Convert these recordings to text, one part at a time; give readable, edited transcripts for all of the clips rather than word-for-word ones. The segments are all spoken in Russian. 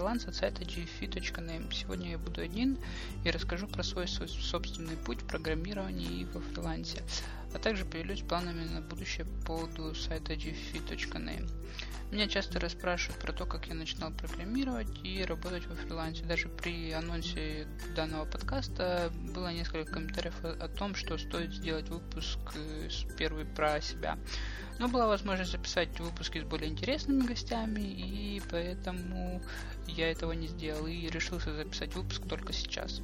фриланс от сайта gfi.name. Сегодня я буду один и расскажу про свой собственный путь в программировании и во фрилансе, а также поделюсь планами на будущее по поводу сайта gfi.name. Меня часто расспрашивают про то, как я начинал программировать и работать во фрилансе. Даже при анонсе данного подкаста было несколько комментариев о том, что стоит сделать выпуск первый про себя. Но была возможность записать выпуски с более интересными гостями, и поэтому я этого не сделал и решился записать выпуск только сейчас.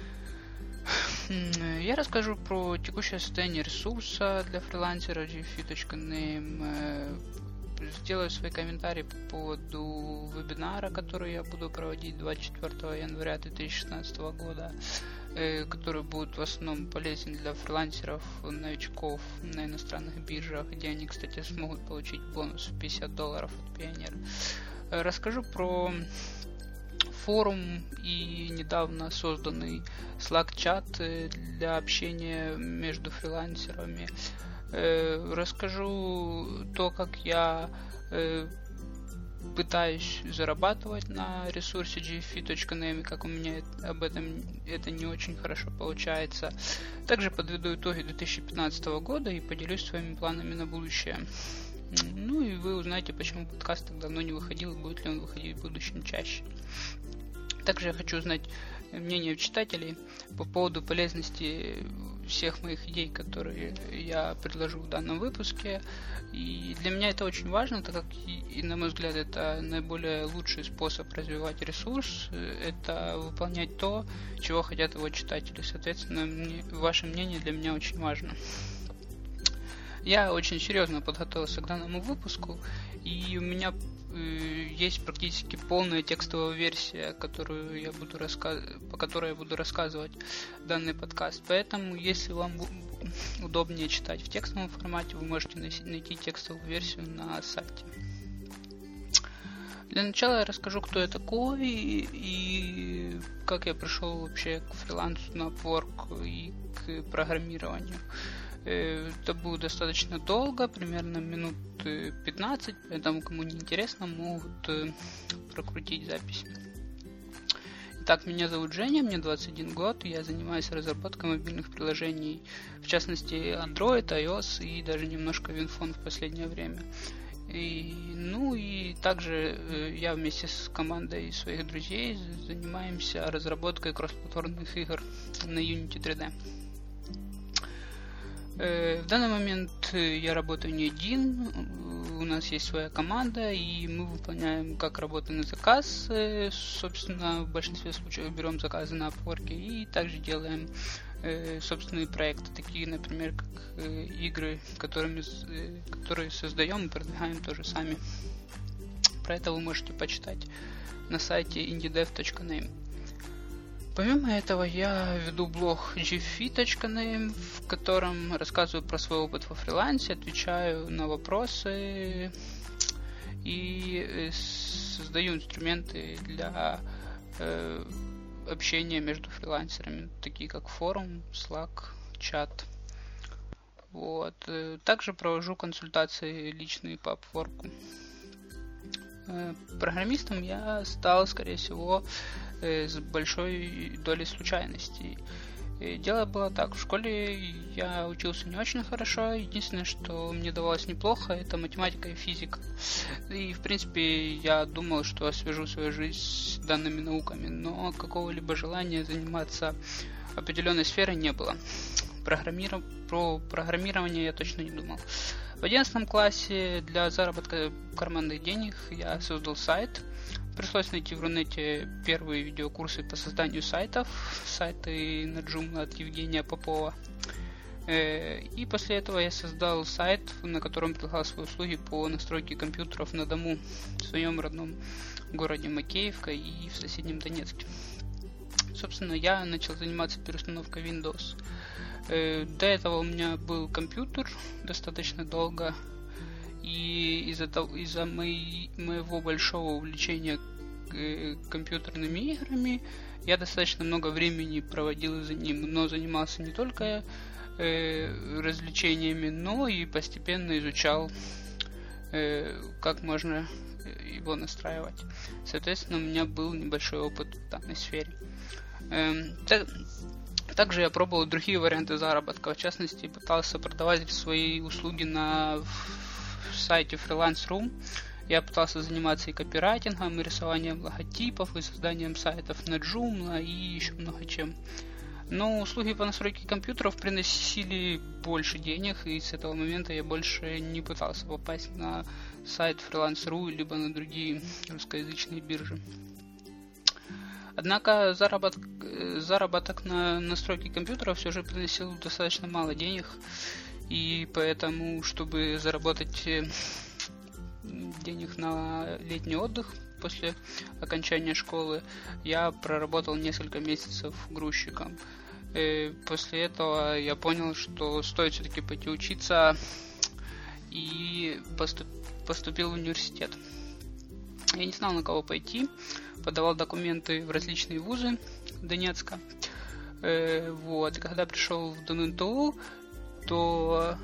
Я расскажу про текущее состояние ресурса для фрилансера gfi.name, сделаю свои комментарии по поводу вебинара, который я буду проводить 24 января 2016 года, который будет в основном полезен для фрилансеров, новичков на иностранных биржах, где они, кстати, смогут получить бонус в $50 от Pioneer. Расскажу про форум и недавно созданный Slack-чат для общения между фрилансерами. Расскажу то, как я пытаюсь зарабатывать на ресурсе gfi.name и как у меня об этом это не очень хорошо получается. Также подведу итоги 2015 года и поделюсь своими планами на будущее. Ну и вы узнаете, почему подкаст так давно не выходил и будет ли он выходить в будущем чаще. Также я хочу узнать мнение читателей по поводу полезности всех моих идей, которые я предложу в данном выпуске. И для меня это очень важно, так как, и на мой взгляд, это наиболее лучший способ развивать ресурс, это выполнять то, чего хотят его читатели. Соответственно, ваше мнение для меня очень важно. Я очень серьезно подготовился к данному выпуску, и у меня есть практически полная текстовая версия, по которой я буду рассказывать данный подкаст. Поэтому, если вам удобнее читать в текстовом формате, вы можете найти текстовую версию на сайте. Для начала я расскажу, кто я такой и как я пришел вообще к фрилансу на Upwork и к программированию. Это будет достаточно долго, примерно минут 15, поэтому кому не интересно, могут прокрутить запись. Итак, меня зовут Женя, мне 21 год, я занимаюсь разработкой мобильных приложений, в частности Android, iOS и даже немножко WinPhone в последнее время. И также я вместе с командой своих друзей занимаемся разработкой кроссплатформенных игр на Unity 3D. В данный момент я работаю не один, у нас есть своя команда, и мы выполняем как работу на заказ, собственно, в большинстве случаев берем заказы на Upwork, и также делаем собственные проекты, такие, например, как игры, которые создаем и продвигаем тоже сами. Про это вы можете почитать на сайте indiedev.name. Помимо этого, я веду блог gfi.name, в котором рассказываю про свой опыт во фрилансе, отвечаю на вопросы и создаю инструменты для общения между фрилансерами, такие как форум, Slack, чат. Также провожу консультации личные по Upwork. Программистом я стал, скорее всего, с большой долей случайностей. Дело было так, в школе я учился не очень хорошо, единственное, что мне давалось неплохо, это математика и физика. И, в принципе, я думал, что свяжу свою жизнь с данными науками, но какого-либо желания заниматься определенной сферой не было. Про программирование я точно не думал. В 11 классе для заработка карманных денег я создал сайт. Пришлось найти в Рунете первые видеокурсы по созданию сайтов, сайты на Joomla от Евгения Попова. И после этого я создал сайт, на котором предлагал свои услуги по настройке компьютеров на дому в своем родном городе Макеевка и в соседнем Донецке. Собственно, я начал заниматься переустановкой Windows. До этого у меня был компьютер достаточно долго, и из-за моего большого увлечения компьютерными играми я достаточно много времени проводил за ним, но занимался не только развлечениями, но и постепенно изучал как можно его настраивать. Соответственно, у меня был небольшой опыт в данной сфере. Также я пробовал другие варианты заработка. В частности, пытался продавать свои услуги на сайте Freelance.ru. Я пытался заниматься и копирайтингом, и рисованием логотипов, и созданием сайтов на Joomla, и еще много чем. Но услуги по настройке компьютеров приносили больше денег, и с этого момента я больше не пытался попасть на сайт Freelance.ru либо на другие русскоязычные биржи. Однако заработок на настройке компьютера все же приносил достаточно мало денег, и поэтому, чтобы заработать денег на летний отдых после окончания школы, я проработал несколько месяцев грузчиком. И после этого я понял, что стоит все-таки пойти учиться, и поступил в университет. Я не знал, на кого пойти, подавал документы в различные вузы Донецка. И когда пришел в ДНТУ, то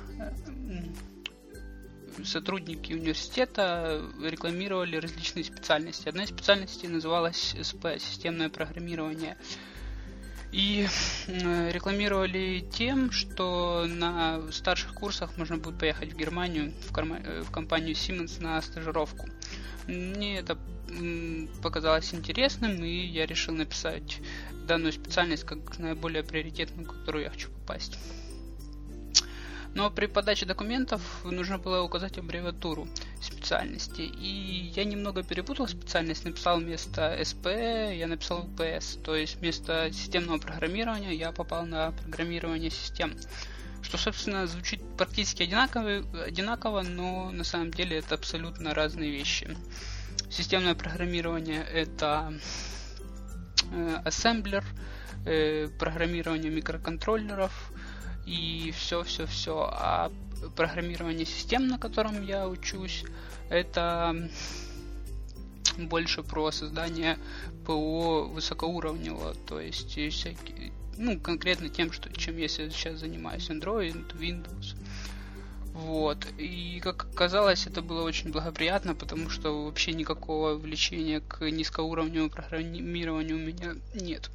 сотрудники университета рекламировали различные специальности. Одна из специальностей называлась СП, системное программирование. И рекламировали тем, что на старших курсах можно будет поехать в Германию, в компанию Siemens на стажировку. Мне это показалось интересным, и я решил написать данную специальность как наиболее приоритетную, в которую я хочу попасть. Но при подаче документов нужно было указать аббревиатуру специальности. И я немного перепутал специальность, написал вместо СП, я написал ПС. То есть вместо системного программирования я попал на программирование систем. Что, собственно, звучит практически одинаково, но на самом деле это абсолютно разные вещи. Системное программирование — это ассемблер, программирование микроконтроллеров и все. А программирование систем, на котором я учусь, это больше про создание ПО высокоуровневого, то есть всякие, конкретно тем, чем я сейчас занимаюсь, Android, Windows. И как оказалось, это было очень благоприятно, потому что вообще никакого влечения к низкоуровневому программированию у меня нет.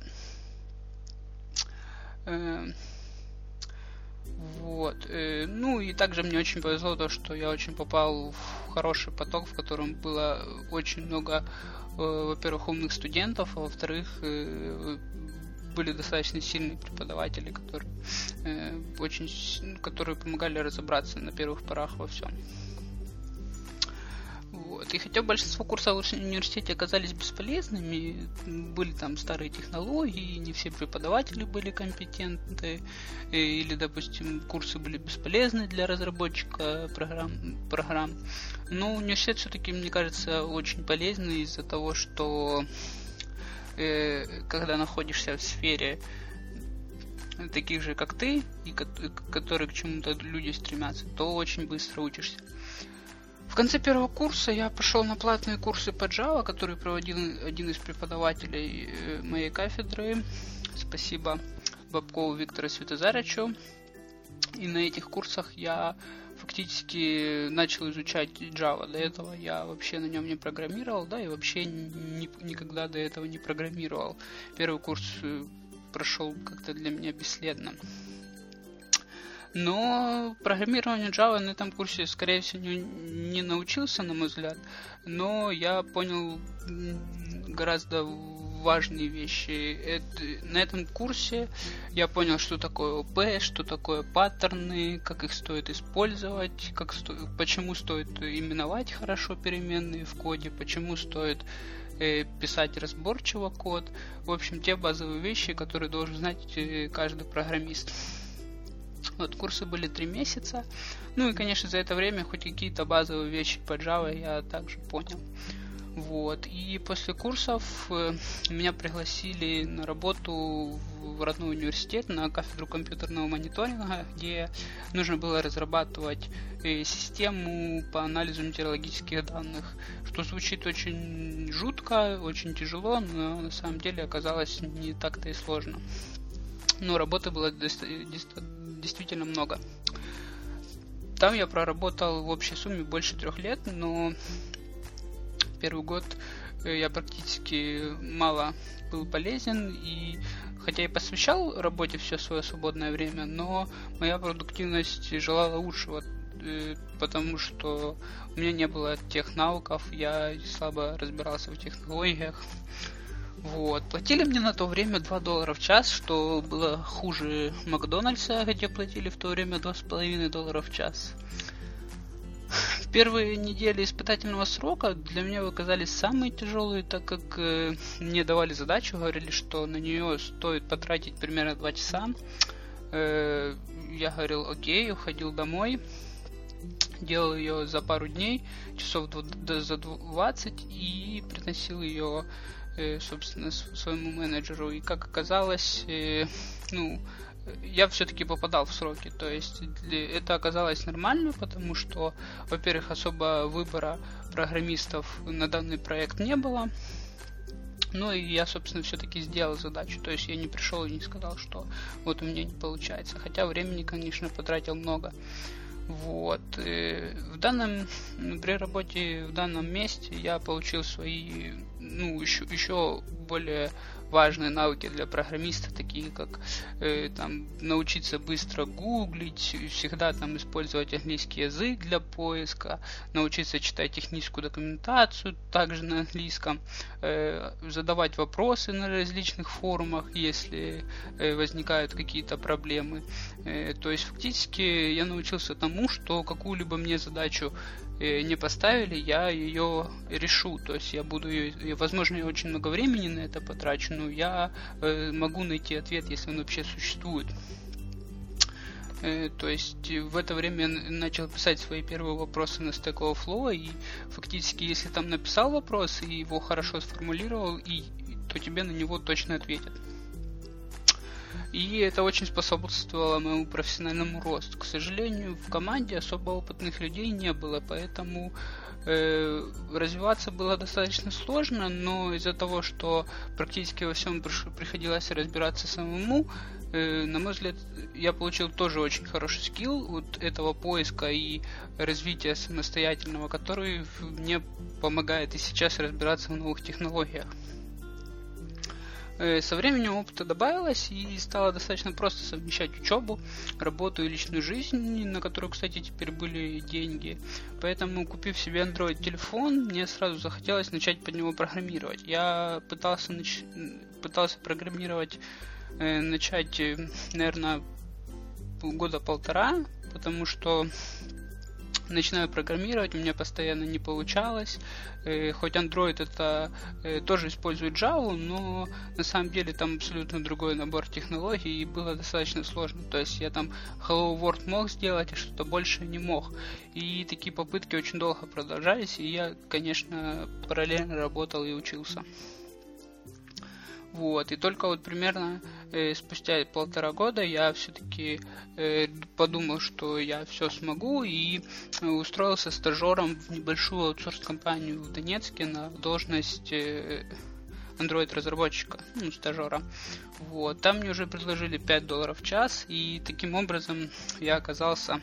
И также мне очень повезло то, что я очень попал в хороший поток, в котором было очень много, во-первых, умных студентов, а во-вторых, были достаточно сильные преподаватели, которые помогали разобраться на первых порах во всем. И хотя большинство курсов в университете оказались бесполезными, были там старые технологии, не все преподаватели были компетентны, или, допустим, курсы были бесполезны для разработчика программ. Но университет все-таки, мне кажется, очень полезный из-за того, что когда находишься в сфере таких же, как ты, и которые к чему-то люди стремятся, то очень быстро учишься. В конце первого курса я пошел на платные курсы по Java, которые проводил один из преподавателей моей кафедры. Спасибо Бабкову Виктору Светозарычу. И на этих курсах я фактически начал изучать Java. До этого я вообще на нем не программировал, и вообще никогда до этого не программировал. Первый курс прошел как-то для меня бесследно. Но программированию Java на этом курсе, скорее всего, не научился, на мой взгляд, но я понял гораздо важные вещи. На этом курсе я понял, что такое ОП, что такое паттерны, как их стоит использовать, почему стоит именовать хорошо переменные в коде, почему стоит писать разборчиво код. В общем, те базовые вещи, которые должен знать каждый программист. Курсы были 3 месяца. И, конечно, за это время хоть какие-то базовые вещи по Java я также понял. И после курсов меня пригласили на работу в родной университет на кафедру компьютерного мониторинга, где нужно было разрабатывать систему по анализу метеорологических данных, что звучит очень жутко, очень тяжело, но на самом деле оказалось не так-то и сложно. Но работы было действительно много. Там я проработал в общей сумме больше 3 лет, но первый год я практически мало был полезен, и хотя и посвящал работе все свое свободное время, но моя продуктивность желала лучшего, потому что у меня не было тех навыков, я слабо разбирался в технологиях. Вот. Платили мне на то время $2 в час, что было хуже Макдональдса, где платили в то время $2,5 в час. Первые недели испытательного срока для меня оказались самые тяжелые, так как мне давали задачу, говорили, что на нее стоит потратить примерно 2 часа. Я говорил окей, уходил домой, делал ее за пару дней, часов за 20, и приносил ее, собственно, своему менеджеру. И как оказалось, я все-таки попадал в сроки, то есть это оказалось нормально, потому что, во-первых, особо выбора программистов на данный проект не было, ну и я, собственно, все-таки сделал задачу, то есть я не пришел и не сказал, что вот у меня не получается, хотя времени, конечно, потратил много. Вот. При работе в данном месте я получил свои, еще более важные навыки для программиста, такие как научиться быстро гуглить, всегда использовать английский язык для поиска, научиться читать техническую документацию также на английском, задавать вопросы на различных форумах, если возникают какие-то проблемы. То есть фактически я научился тому, что какую-либо мне задачу не поставили, я ее решу. То есть я буду ее, возможно, я очень много времени на это потрачу, но я могу найти ответ, если он вообще существует. То есть в это время я начал писать свои первые вопросы на Stack Overflow, и фактически, если там написал вопрос и его хорошо сформулировал, то тебе на него точно ответят. И это очень способствовало моему профессиональному росту. К сожалению, в команде особо опытных людей не было, поэтому развиваться было достаточно сложно, но из-за того, что практически во всем приходилось разбираться самому, на мой взгляд, я получил тоже очень хороший скилл вот этого поиска и развития самостоятельного, который мне помогает и сейчас разбираться в новых технологиях. Со временем опыта добавилось, и стало достаточно просто совмещать учебу, работу и личную жизнь, на которую, кстати, теперь были деньги. Поэтому, купив себе Android телефон, мне сразу захотелось начать под него программировать. Я пытался программировать, начать, наверное, года 1,5, потому что начинаю программировать, у меня постоянно не получалось. Хоть Android это тоже использует Java, но на самом деле там абсолютно другой набор технологий, и было достаточно сложно. То есть я там Hello World мог сделать, а что-то больше не мог. И такие попытки очень долго продолжались, и я, конечно, параллельно работал и учился. Вот, и только вот примерно спустя 1,5 года я все-таки подумал, что я все смогу, и устроился стажером в небольшую аутсорс-компанию в Донецке на должность Android-разработчика, стажера. Вот, там мне уже предложили $5 в час, и таким образом я оказался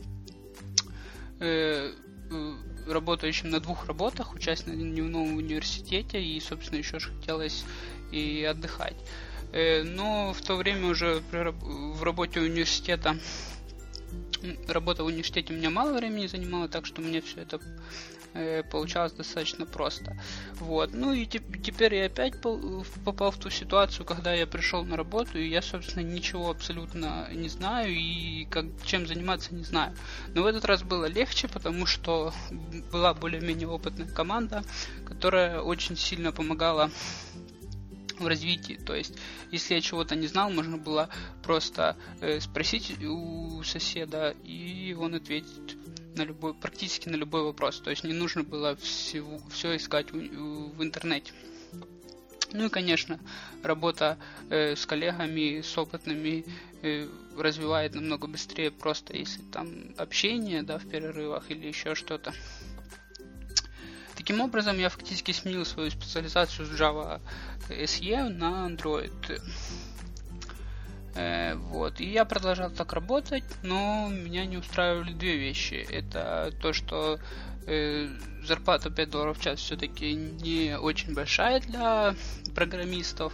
работающим на 2 работах, учась на дневном университете, и, собственно, еще же хотелось и отдыхать. Но в то время уже в работе университета, работа в университете у меня мало времени занимала, так что мне все это получалось достаточно просто. Вот. Ну и теперь я опять попал в ту ситуацию, когда я пришел на работу, и я, собственно, ничего абсолютно не знаю, и чем заниматься не знаю. Но в этот раз было легче, потому что была более-менее опытная команда, которая очень сильно помогала в развитии. То есть, если я чего-то не знал, можно было просто спросить у соседа, и он ответит практически на любой вопрос. То есть не нужно было все искать в интернете. Ну и, конечно, работа с коллегами, с опытными развивает намного быстрее, просто если там общение, в перерывах или еще что-то. Таким образом, я фактически сменил свою специализацию с Java SE на Android. Вот. И я продолжал так работать, но меня не устраивали две вещи. Это то, что зарплата $5 в час все-таки не очень большая для программистов.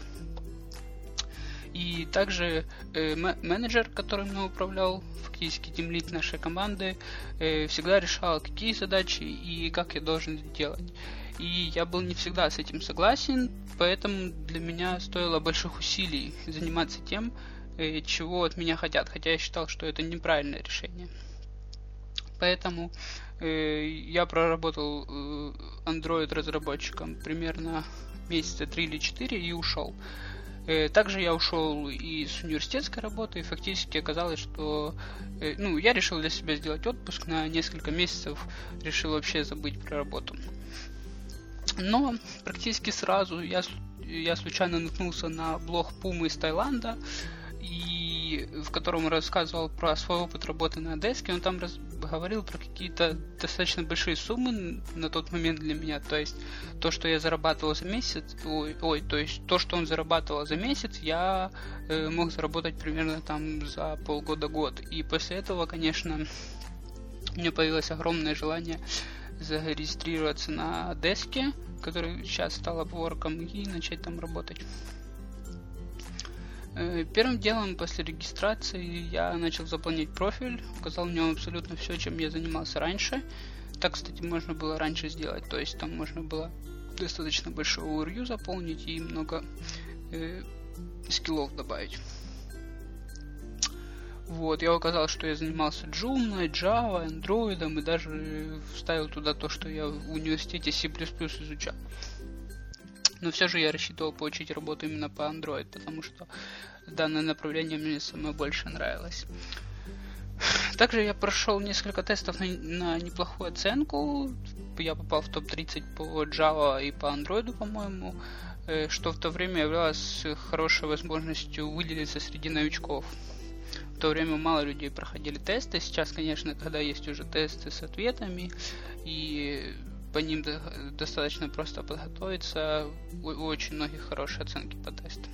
И также менеджер, которым я управлял, фактически тимлид нашей команды, всегда решал, какие задачи и как я должен это делать. И я был не всегда с этим согласен, поэтому для меня стоило больших усилий заниматься тем, чего от меня хотят, хотя я считал, что это неправильное решение. Поэтому я проработал Android разработчиком примерно месяца 3 или 4 и ушел. Также я ушел и с университетской работы, и фактически оказалось, что я решил для себя сделать отпуск на несколько месяцев, решил вообще забыть про работу. Но практически сразу я случайно наткнулся на блог Пумы из Таиланда, и в котором рассказывал про свой опыт работы на деске. Он там говорил про какие-то достаточно большие суммы на тот момент для меня. То есть то, что я зарабатывал за месяц, то, что он зарабатывал за месяц, я мог заработать примерно там за полгода-год. И после этого, конечно, у меня появилось огромное желание зарегистрироваться на деске, который сейчас стал Upwork'ом, и начать там работать. Первым делом после регистрации я начал заполнять профиль, указал в нем абсолютно все, чем я занимался раньше. Так, кстати, можно было раньше сделать, то есть там можно было достаточно большой overview заполнить и много скиллов добавить. Вот, я указал, что я занимался Joomla, Java, Android, и даже вставил туда то, что я в университете C++ изучал. Но все же я рассчитывал получить работу именно по Android, потому что данное направление мне самое больше нравилось. Также я прошел несколько тестов на неплохую оценку. Я попал в топ-30 по Java и по Android, по-моему, что в то время являлось хорошей возможностью выделиться среди новичков. В то время мало людей проходили тесты. Сейчас, конечно, когда есть уже тесты с ответами, и по ним достаточно просто подготовиться, у очень многих хорошие оценки по тестам.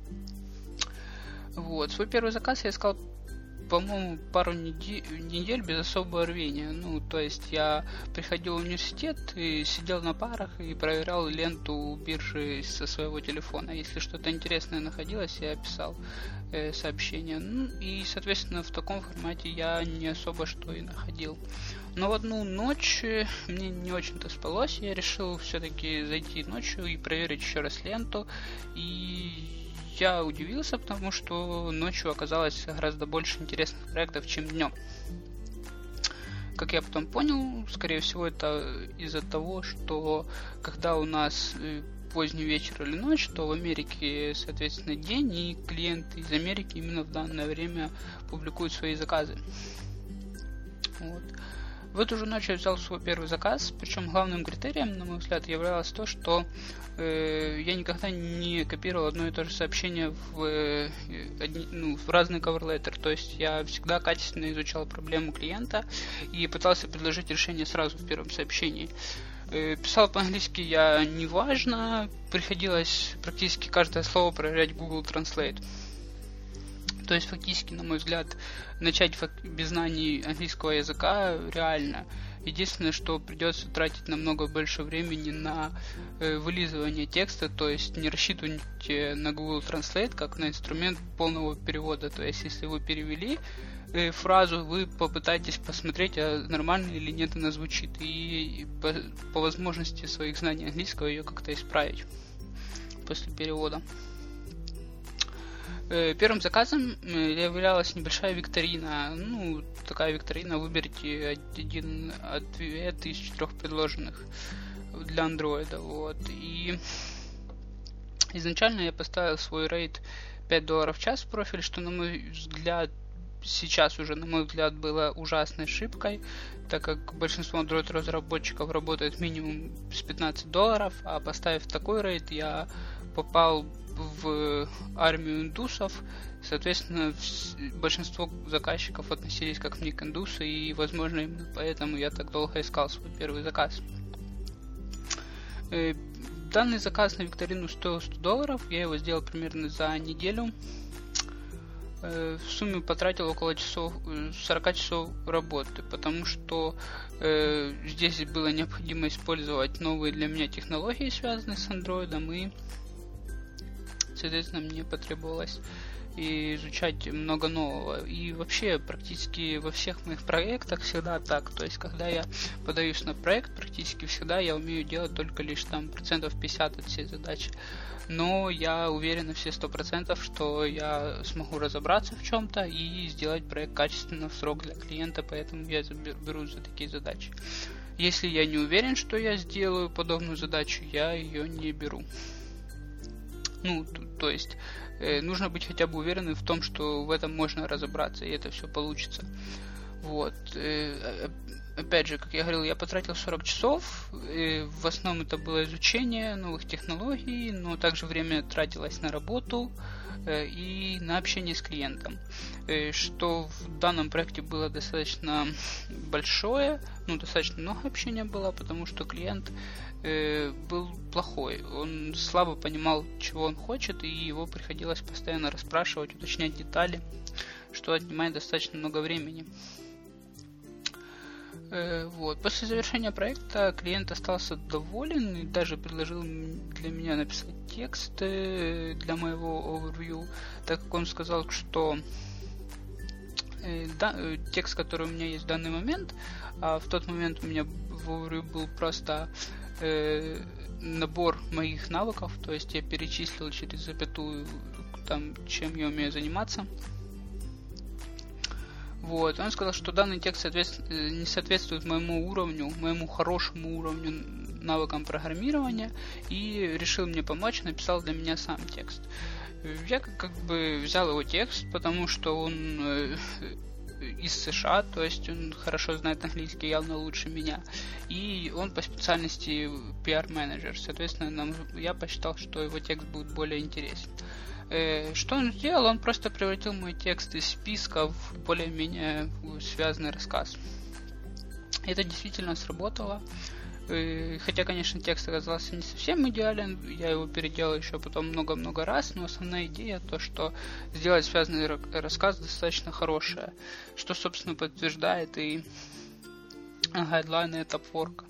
Вот. Свой первый заказ я искал, по-моему, пару недель без особого рвения. То есть я приходил в университет и сидел на парах и проверял ленту биржи со своего телефона. Если что-то интересное находилось, я писал сообщения. И, соответственно, в таком формате я не особо что и находил. Но в одну ночь мне не очень-то спалось. Я решил все-таки зайти ночью и проверить еще раз ленту. И я удивился, потому что ночью оказалось гораздо больше интересных проектов, чем днем. Как я потом понял, скорее всего, это из-за того, что когда у нас поздний вечер или ночь, то в Америке, соответственно, день, и клиенты из Америки именно в данное время публикуют свои заказы. Вот. В эту же ночь я взял свой первый заказ, причем главным критерием, на мой взгляд, являлось то, что я никогда не копировал одно и то же сообщение в разный cover letter. То есть я всегда качественно изучал проблему клиента и пытался предложить решение сразу в первом сообщении. Писал по-английски я неважно, приходилось практически каждое слово проверять Google Translate. То есть, фактически, на мой взгляд, начать без знаний английского языка реально. Единственное, что придется тратить намного больше времени на вылизывание текста, то есть не рассчитывайте на Google Translate как на инструмент полного перевода. То есть, если вы перевели фразу, вы попытаетесь посмотреть, а нормально или нет она звучит, и по возможности своих знаний английского ее как-то исправить после перевода. Первым заказом являлась небольшая викторина. Такая викторина, выберите один ответ из 4 предложенных для Android. Вот. И изначально я поставил свой рейт $5 в час в профиль, что, на мой взгляд, сейчас уже, на мой взгляд, было ужасной ошибкой, так как большинство Android-разработчиков работает минимум с $15, а поставив такой рейт, я попал в армию индусов. Соответственно, большинство заказчиков относились как мне к индусу, и, возможно, именно поэтому я так долго искал свой первый заказ. Данный заказ на викторину стоил $100, я его сделал примерно за неделю. в сумме потратил около 40 часов работы, потому что здесь было необходимо использовать новые для меня технологии, связанные с Android, и, соответственно, мне потребовалось изучать много нового. И вообще практически во всех моих проектах всегда так. То есть, когда я подаюсь на проект, практически всегда я умею делать только лишь там 50% от всей задачи. Но я уверен на все 100%, что я смогу разобраться в чем-то и сделать проект качественно в срок для клиента, поэтому я берусь за такие задачи. Если я не уверен, что я сделаю подобную задачу, я ее не беру. То есть нужно быть хотя бы уверенным в том, что в этом можно разобраться, и это все получится. Вот. Опять же, как я говорил, я потратил 40 часов. В основном это было изучение новых технологий, но также время тратилось на работу и на общение с клиентом. Что в данном проекте было достаточно большое, достаточно много общения было, потому что клиент был плохой. Он слабо понимал, чего он хочет, и его приходилось постоянно расспрашивать, уточнять детали, что отнимает достаточно много времени. Вот. После завершения проекта клиент остался доволен и даже предложил для меня написать текст для моего overview, так как он сказал, что текст, который у меня есть в данный момент, а в тот момент у меня в overview был просто набор моих навыков, то есть я перечислил через запятую, чем я умею заниматься. Вот. Он сказал, что данный текст не соответствует моему хорошему уровню навыкам программирования, и решил мне помочь, написал для меня сам текст. Я взял его текст, потому что он из США, то есть он хорошо знает английский явно лучше меня, и он по специальности PR-менеджер, соответственно, я посчитал, что его текст будет более интересен. Что он сделал? Он просто превратил мой текст из списка в более-менее связанный рассказ. Это действительно сработало. Хотя, конечно, текст оказался не совсем идеален, я его переделал еще потом много-много раз, но основная идея то, что сделать связанный рассказ достаточно хорошая, что, собственно, подтверждает и гайдлайны Upwork.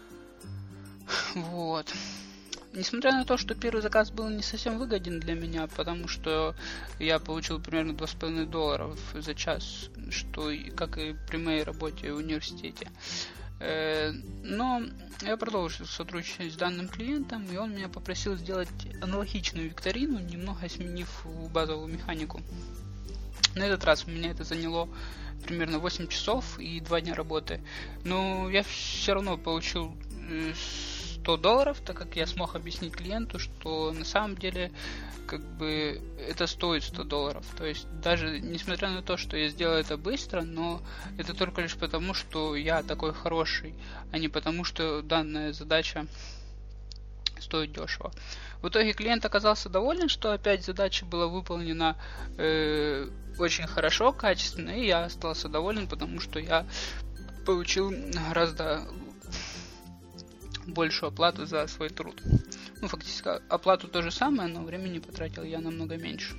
Вот. Несмотря на то, что первый заказ был не совсем выгоден для меня, потому что я получил примерно $2,5 за час, что как и при моей работе в университете. Но я продолжил сотрудничать с данным клиентом, и он меня попросил сделать аналогичную викторину, немного сменив базовую механику. На этот раз у меня это заняло примерно 8 часов и 2 дня работы. Но я все равно получил $100, так как я смог объяснить клиенту, что на самом деле это стоит $100. То есть даже несмотря на то, что я сделал это быстро, но это только лишь потому, что я такой хороший, а не потому, что данная задача стоит дешево. В итоге клиент оказался доволен, что опять задача была выполнена очень хорошо, качественно, и я остался доволен, потому что я получил гораздо большую оплату за свой труд. Фактически оплату то же самое, но времени потратил я намного меньше.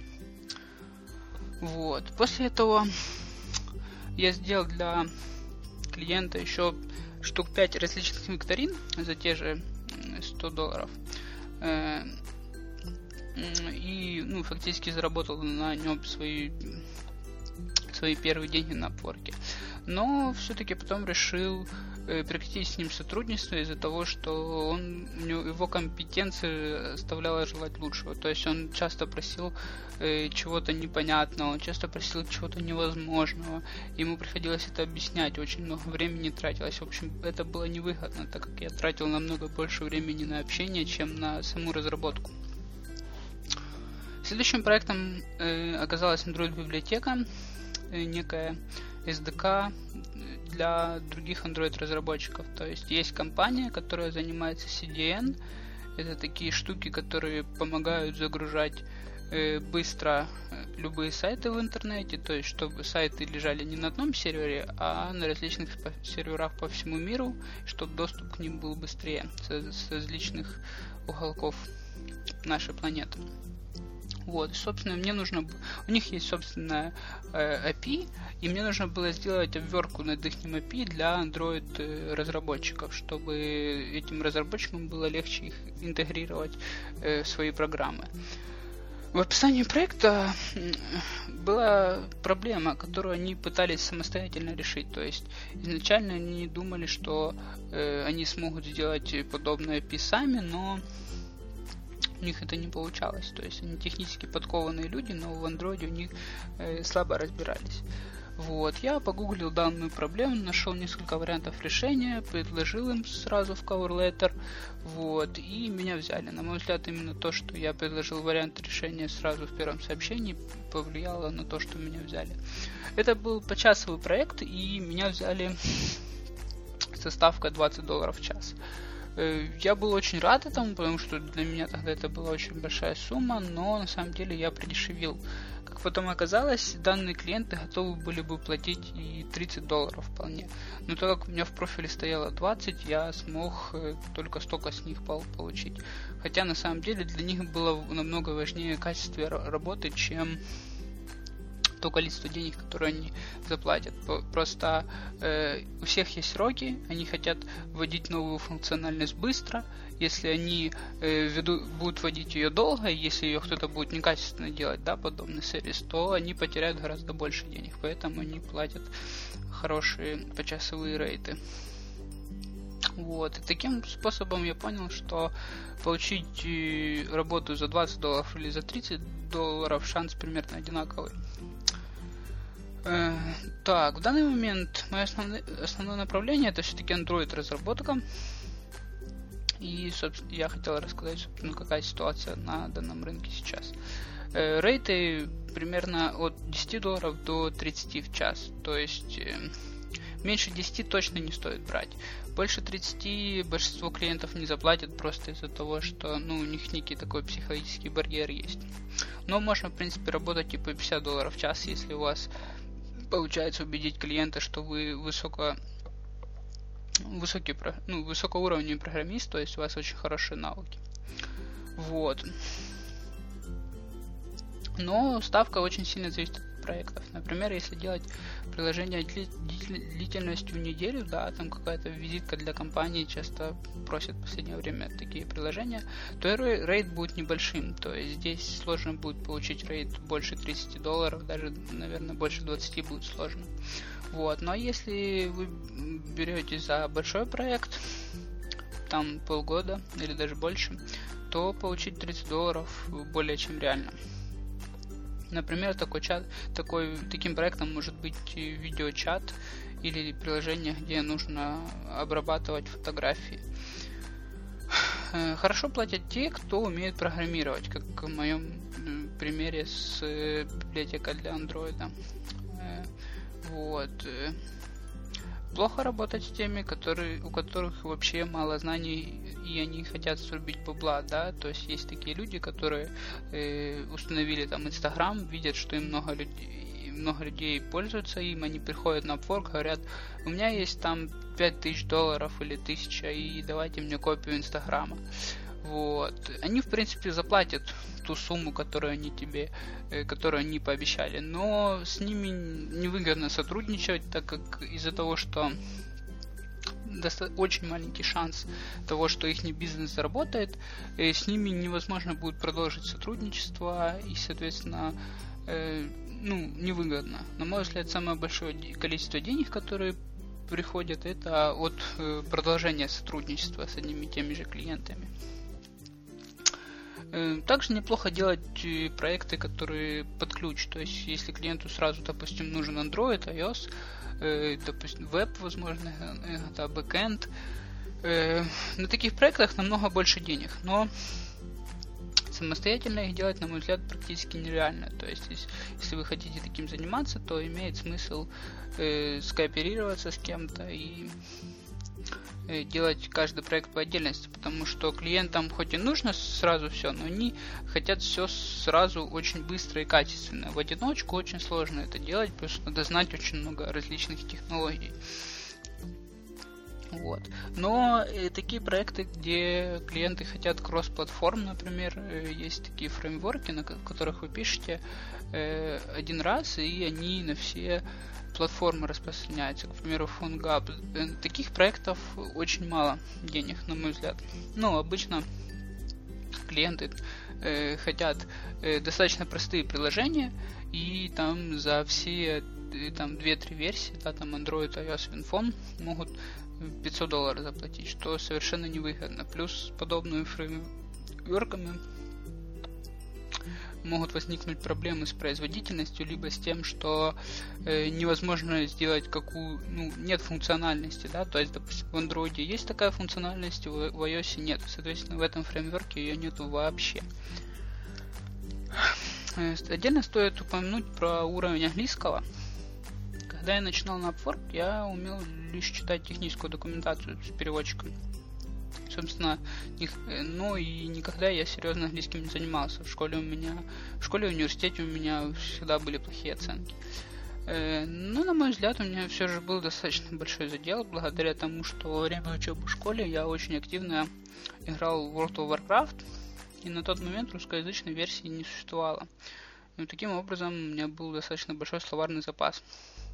Вот. После этого я сделал для клиента еще штук 5 различных викторин за те же $100. И фактически заработал на нем свои первые деньги на Upwork. Но все-таки потом решил прекратить с ним сотрудничество из-за того, что его компетенции оставляла желать лучшего. То есть он часто просил чего-то непонятного, он часто просил чего-то невозможного. Ему приходилось это объяснять, очень много времени тратилось. В общем, это было невыгодно, так как я тратил намного больше времени на общение, чем на саму разработку. Следующим проектом оказалась Android-библиотека, некая SDK для других Android-разработчиков. То есть компания, которая занимается CDN. Это такие штуки, которые помогают загружать быстро любые сайты в интернете. То есть, чтобы сайты лежали не на одном сервере, а на различных серверах по всему миру, чтобы доступ к ним был быстрее с различных уголков нашей планеты. Вот, собственно, у них есть собственная API, и мне нужно было сделать обвертку над их API для Android разработчиков, чтобы этим разработчикам было легче их интегрировать в свои программы. В описании проекта была проблема, которую они пытались самостоятельно решить. То есть изначально они думали, что они смогут сделать подобное API сами, но у них это не получалось. То есть они технически подкованные люди, но в Android у них слабо разбирались. Вот, я погуглил данную проблему, нашел несколько вариантов решения, предложил им сразу в cover letter, вот, и меня взяли. На мой взгляд, именно то, что я предложил вариант решения сразу в первом сообщении, повлияло на то, что меня взяли. Это был почасовый проект, и меня взяли со ставкой $20 в час. Я был очень рад этому, потому что для меня тогда это была очень большая сумма, но на самом деле я придешевил. Как потом оказалось, данные клиенты готовы были бы платить и $30 вполне. Но так как у меня в профиле стояло 20, я смог только столько с них получить. Хотя на самом деле для них было намного важнее качество работы, чем то количество денег, которые они заплатят. Просто у всех есть сроки, они хотят вводить новую функциональность быстро. Если они будут вводить ее долго, если ее кто-то будет некачественно делать, да, подобный сервис, то они потеряют гораздо больше денег. Поэтому они платят хорошие почасовые рейты. Вот. И таким способом я понял, что получить работу за $20 или за $30 шанс примерно одинаковый. Так, в данный момент мое основное направление это все-таки Android разработка. И, собственно, я хотел рассказать, собственно, какая ситуация на данном рынке сейчас. Рейты примерно от $10 до 30 в час. То есть меньше 10 точно не стоит брать. Больше 30 большинство клиентов не заплатят просто из-за того, что у них некий такой психологический барьер есть. Но можно, в принципе, работать и по $50 в час, если у вас получается убедить клиента, что вы высокоуровневый программист, то есть у вас очень хорошие навыки. Вот. Но ставка очень сильно зависит от проектов. Например, если делать приложение длительностью неделю, да, там какая-то визитка для компании часто просят в последнее время такие приложения, то рейт будет небольшим. То есть здесь сложно будет получить рейт больше $30, даже, наверное, больше 20 будет сложно. Вот. Но если вы берете за большой проект, там полгода или даже больше, то получить $30 более чем реально. Например, таким проектом может быть видеочат или приложение, где нужно обрабатывать фотографии. Хорошо платят те, кто умеет программировать, как в моем примере с библиотекой для Android. Вот. Плохо работать с теми, у которых вообще мало знаний и они хотят срубить бабла, да, то есть есть такие люди, которые установили там Instagram, видят, что им много людей пользуются им, они приходят на Upwork, говорят, у меня есть там $5000 или 1000, и давайте мне копию Инстаграма. Вот. Они, в принципе, заплатят ту сумму, которую они пообещали, но с ними невыгодно сотрудничать, так как из-за того, что очень маленький шанс того, что их бизнес заработает, с ними невозможно будет продолжить сотрудничество и, соответственно, невыгодно. На мой взгляд, самое большое количество денег, которые приходят, это от продолжения сотрудничества с одними и теми же клиентами. Также неплохо делать проекты, которые под ключ. То есть, если клиенту сразу, допустим, нужен Android, iOS, допустим, веб, возможно, это бэкэнд. На таких проектах намного больше денег, но самостоятельно их делать, на мой взгляд, практически нереально. То есть, если вы хотите таким заниматься, то имеет смысл скооперироваться с кем-то и делать каждый проект по отдельности, потому что клиентам хоть и нужно сразу все, но они хотят все сразу очень быстро и качественно. В одиночку очень сложно это делать, потому что надо знать очень много различных технологий. Вот. Но такие проекты, где клиенты хотят кросс-платформ, например, есть такие фреймворки, на которых вы пишете один раз, и они на все платформы распространяются. К примеру, PhoneGap. Таких проектов очень мало денег, на мой взгляд. Ну, обычно клиенты хотят достаточно простые приложения, и там за все там 2-3 версии, да, там Android, iOS, WinPhone могут $500 заплатить, что совершенно невыгодно. Плюс с подобными фреймворками могут возникнуть проблемы с производительностью, либо с тем, что невозможно сделать нет функциональности, да, то есть, допустим, в Android есть такая функциональность, в iOS нет, соответственно, в этом фреймворке ее нету вообще. Отдельно стоит упомянуть про уровень английского. Когда я начинал на Upwork, я умел лишь читать техническую документацию с переводчиком. Собственно, но и никогда я серьезно английским не занимался. В школе и университете у меня всегда были плохие оценки. Но, на мой взгляд, у меня все же был достаточно большой задел, благодаря тому, что во время учебы в школе я очень активно играл в World of Warcraft, и на тот момент русскоязычной версии не существовало. И таким образом у меня был достаточно большой словарный запас.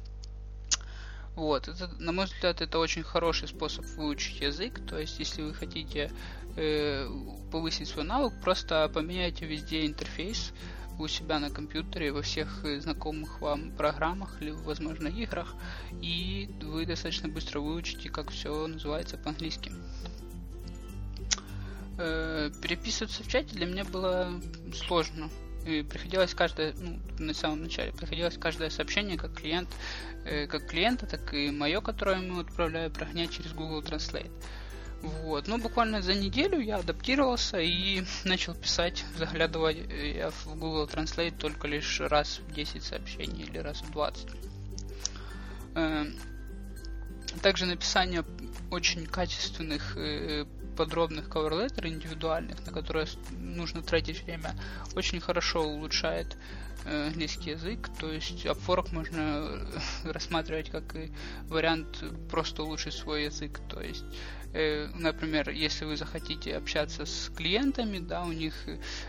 Вот, это, на мой взгляд, это очень хороший способ выучить язык. То есть, если вы хотите повысить свой навык, просто поменяйте везде интерфейс у себя на компьютере, во всех знакомых вам программах, или, возможно, играх, и вы достаточно быстро выучите, как все называется по-английски. Переписываться в чате для меня было сложно. И приходилось на самом начале приходилось каждое сообщение как клиента, так и мое, которое ему отправляю, прогонять через Google Translate. Вот. Но буквально за неделю я адаптировался и начал писать, заглядывая в Google Translate только лишь раз в 10 сообщений или раз в 20. Также написание очень качественных подробных cover-letter индивидуальных, на которые нужно тратить время, очень хорошо улучшает английский язык. То есть Upwork можно рассматривать как и вариант просто улучшить свой язык. То есть, например, если вы захотите общаться с клиентами, да, у них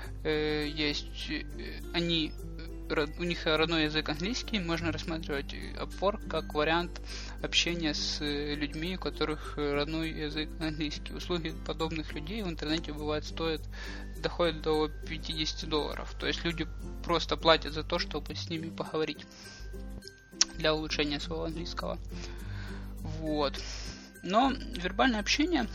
у них родной язык английский, можно рассматривать Upwork как вариант общения с людьми, у которых родной язык английский. Услуги подобных людей в интернете доходят до $50. То есть люди просто платят за то, чтобы с ними поговорить для улучшения своего английского. Вот. Но вербальное общение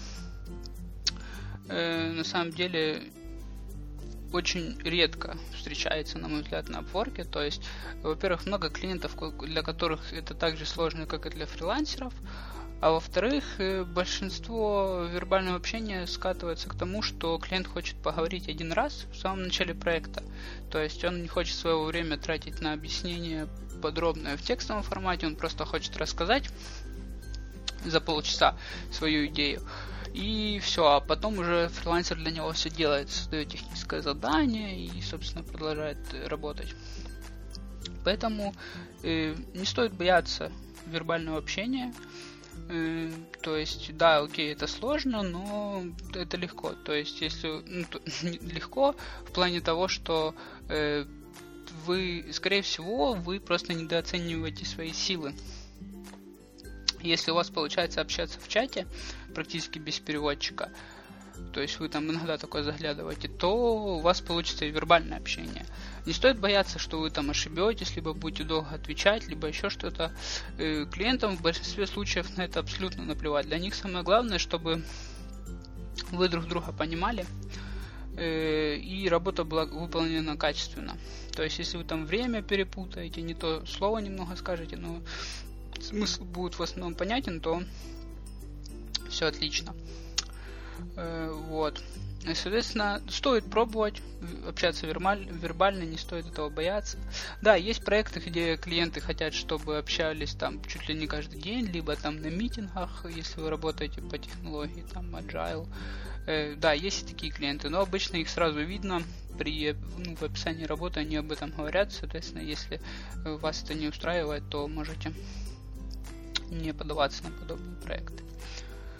на самом деле очень редко встречается, на мой взгляд, на Upwork. То есть, во-первых, много клиентов, для которых это так же сложно, как и для фрилансеров. А во-вторых, большинство вербального общения скатывается к тому, что клиент хочет поговорить один раз в самом начале проекта. То есть он не хочет своего время тратить на объяснение подробное в текстовом формате, он просто хочет рассказать за полчаса свою идею. И все, а потом уже фрилансер для него все делает, создает техническое задание и, собственно, продолжает работать. Поэтому не стоит бояться вербального общения. То есть, да, окей, это сложно, но это легко. То есть, легко в плане того, что скорее всего, вы просто недооцениваете свои силы. Если у вас получается общаться в чате практически без переводчика, то есть вы там иногда такое заглядываете, то у вас получится и вербальное общение. Не стоит бояться, что вы там ошибетесь, либо будете долго отвечать, либо еще что-то. Клиентам в большинстве случаев на это абсолютно наплевать. Для них самое главное, чтобы вы друг друга понимали и работа была выполнена качественно. То есть если вы там время перепутаете, не то слово немного скажете, но смысл будет в основном понятен, то все отлично. Вот. И, соответственно, стоит пробовать общаться вербально, не стоит этого бояться. Да, есть проекты, где клиенты хотят, чтобы общались там чуть ли не каждый день, либо там на митингах, если вы работаете по технологии, там Agile. Да, есть и такие клиенты, но обычно их сразу видно в описании работы, они об этом говорят. Соответственно, если вас это не устраивает, то можете не подаваться на подобные проекты.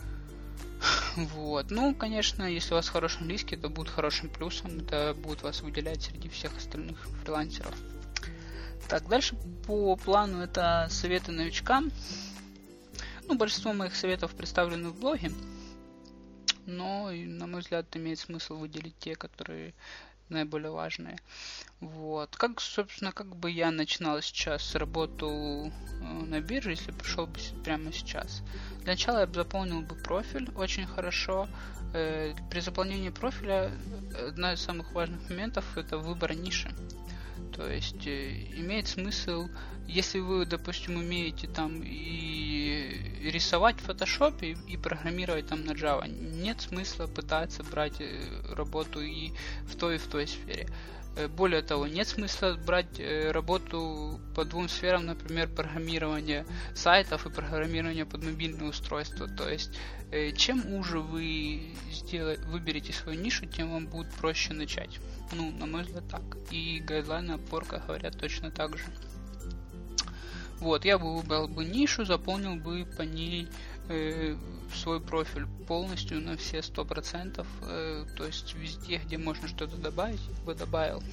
Вот. Ну, конечно, если у вас хороший английский, это будет хорошим плюсом, это будет вас выделять среди всех остальных фрилансеров. Так, дальше по плану это советы новичкам. Ну, большинство моих советов представлены в блоге, но, на мой взгляд, имеет смысл выделить те, которые наиболее важные. Вот. Собственно, как бы я начинал сейчас работу на бирже, если пришел бы прямо сейчас. Для начала я бы заполнил бы профиль очень хорошо. При заполнении профиля одна из самых важных моментов это выбор ниши. То есть имеет смысл, если вы, допустим, умеете там и рисовать в Photoshop и программировать там на Java, нет смысла пытаться брать работу и в той сфере. Более того, нет смысла брать работу по двум сферам, например, программирование сайтов и программирование под мобильное устройство. То есть, чем уже вы выберете свою нишу, тем вам будет проще начать. Ну, на мой взгляд, так. И гайдлайны Upwork говорят точно так же. Вот, я бы выбрал бы нишу, заполнил бы по ней свой профиль полностью на все 100%, то есть везде, где можно что-то добавить, я бы добавил.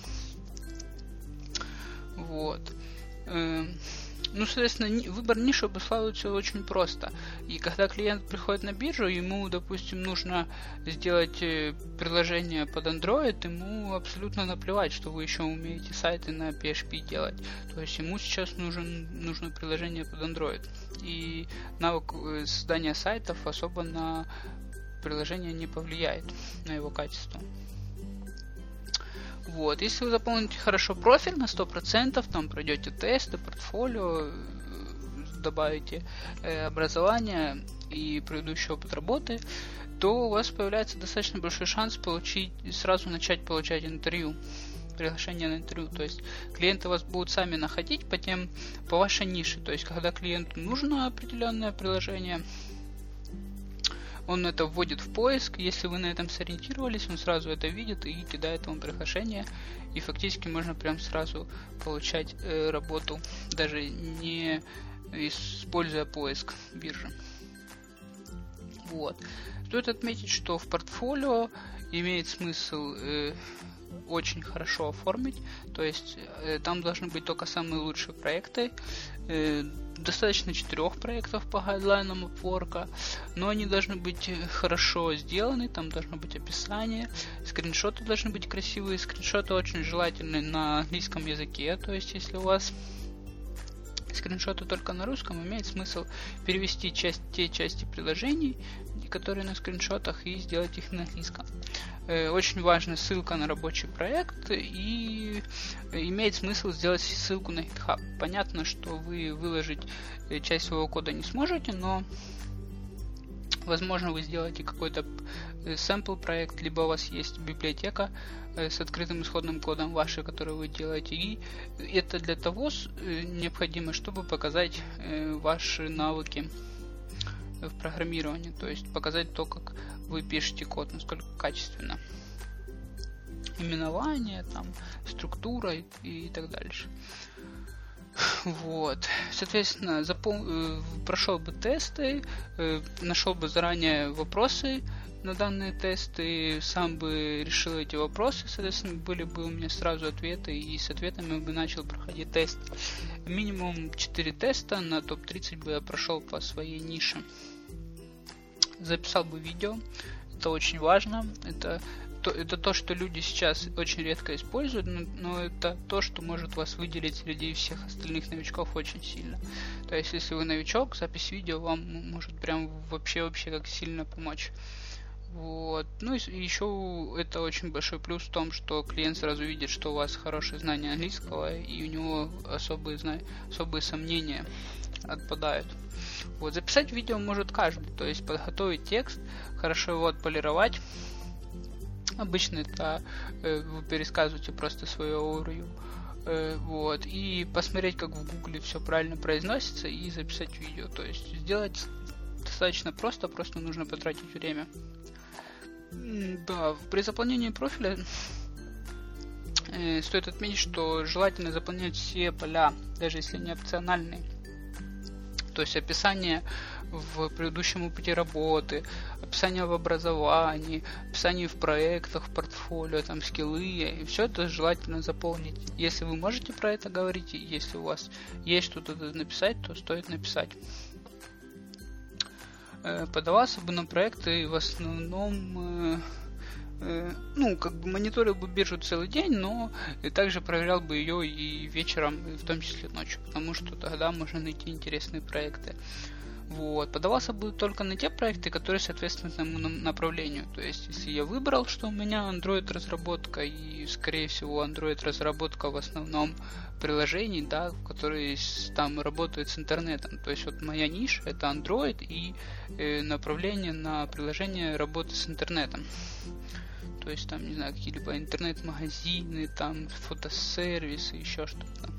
Вот. Ну, соответственно, выбор ниши обуславливается очень просто. И когда клиент приходит на биржу, ему, допустим, нужно сделать приложение под Android, ему абсолютно наплевать, что вы еще умеете сайты на PHP делать. То есть ему сейчас нужно приложение под Android. И навык создания сайтов особо на приложение не повлияет, на его качество. Вот, если вы заполните хорошо профиль на 100%, там пройдете тесты, портфолио, добавите образование и предыдущий опыт работы, то у вас появляется достаточно большой шанс сразу начать получать интервью, приглашение на интервью. То есть клиенты вас будут сами находить по вашей нише. То есть когда клиенту нужно определенное приложение, он это вводит в поиск, если вы на этом сориентировались, он сразу это видит и кидает вам приглашение. И фактически можно прям сразу получать работу, даже не используя поиск биржи. Вот. Стоит отметить, что в портфолио имеет смысл очень хорошо оформить, то есть там должны быть только самые лучшие проекты. Достаточно 4 проектов по гайдлайнам Upwork, но они должны быть хорошо сделаны, там должно быть описание, скриншоты должны быть красивые, скриншоты очень желательны на английском языке, то есть если у вас скриншоты только на русском, имеет смысл перевести те части приложений, которые на скриншотах, и сделать их на английском. Очень важна ссылка на рабочий проект, и имеет смысл сделать ссылку на GitHub. Понятно, что вы выложить часть своего кода не сможете, но возможно вы сделаете какой-то sample проект, либо у вас есть библиотека с открытым исходным кодом вашей, которую вы делаете, и это для того необходимо, чтобы показать ваши навыки в программировании, то есть показать то, как вы пишете код, насколько качественно. Именование, там, структура и так дальше. Вот. Соответственно, прошел бы тесты, нашел бы заранее вопросы на данные тесты, сам бы решил эти вопросы, соответственно, были бы у меня сразу ответы, и с ответами бы начал проходить тест. Минимум 4 теста на топ-30 бы я прошел по своей нише. Записал бы видео, это очень важно, это то, что люди сейчас очень редко используют, но это то, что может вас выделить среди всех остальных новичков очень сильно. То есть, если вы новичок, запись видео вам может прям вообще как сильно помочь. Вот. Ну и еще это очень большой плюс в том, что клиент сразу видит, что у вас хорошее знание английского, и у него особые сомнения отпадают. Вот, записать видео может каждый, то есть подготовить текст, хорошо его отполировать. Обычно это вы пересказываете просто свое overview. Вот, и посмотреть, как в Гугле все правильно произносится, и записать видео. То есть сделать достаточно просто нужно потратить время. Да, при заполнении профиля стоит отметить, что желательно заполнять все поля, даже если они опциональные. То есть описание в предыдущем опыте работы, описание в образовании, описание в проектах, в портфолио, там скиллы, и все это желательно заполнить. Если вы можете про это говорить, если у вас есть что-то написать, то стоит написать. Подавался бы на проекты в основном, мониторил бы биржу целый день, но также проверял бы ее и вечером, в том числе ночью, потому что тогда можно найти интересные проекты. Вот. Подавался бы только на те проекты, которые соответствуют моему направлению. То есть, если я выбрал, что у меня Android разработка, и, скорее всего, Android разработка в основном приложений, да, которые там работают с интернетом. То есть, вот моя ниша это Android и направление на приложение работы с интернетом. То есть, там, не знаю, какие-либо интернет-магазины, там, фотосервисы, еще что-то.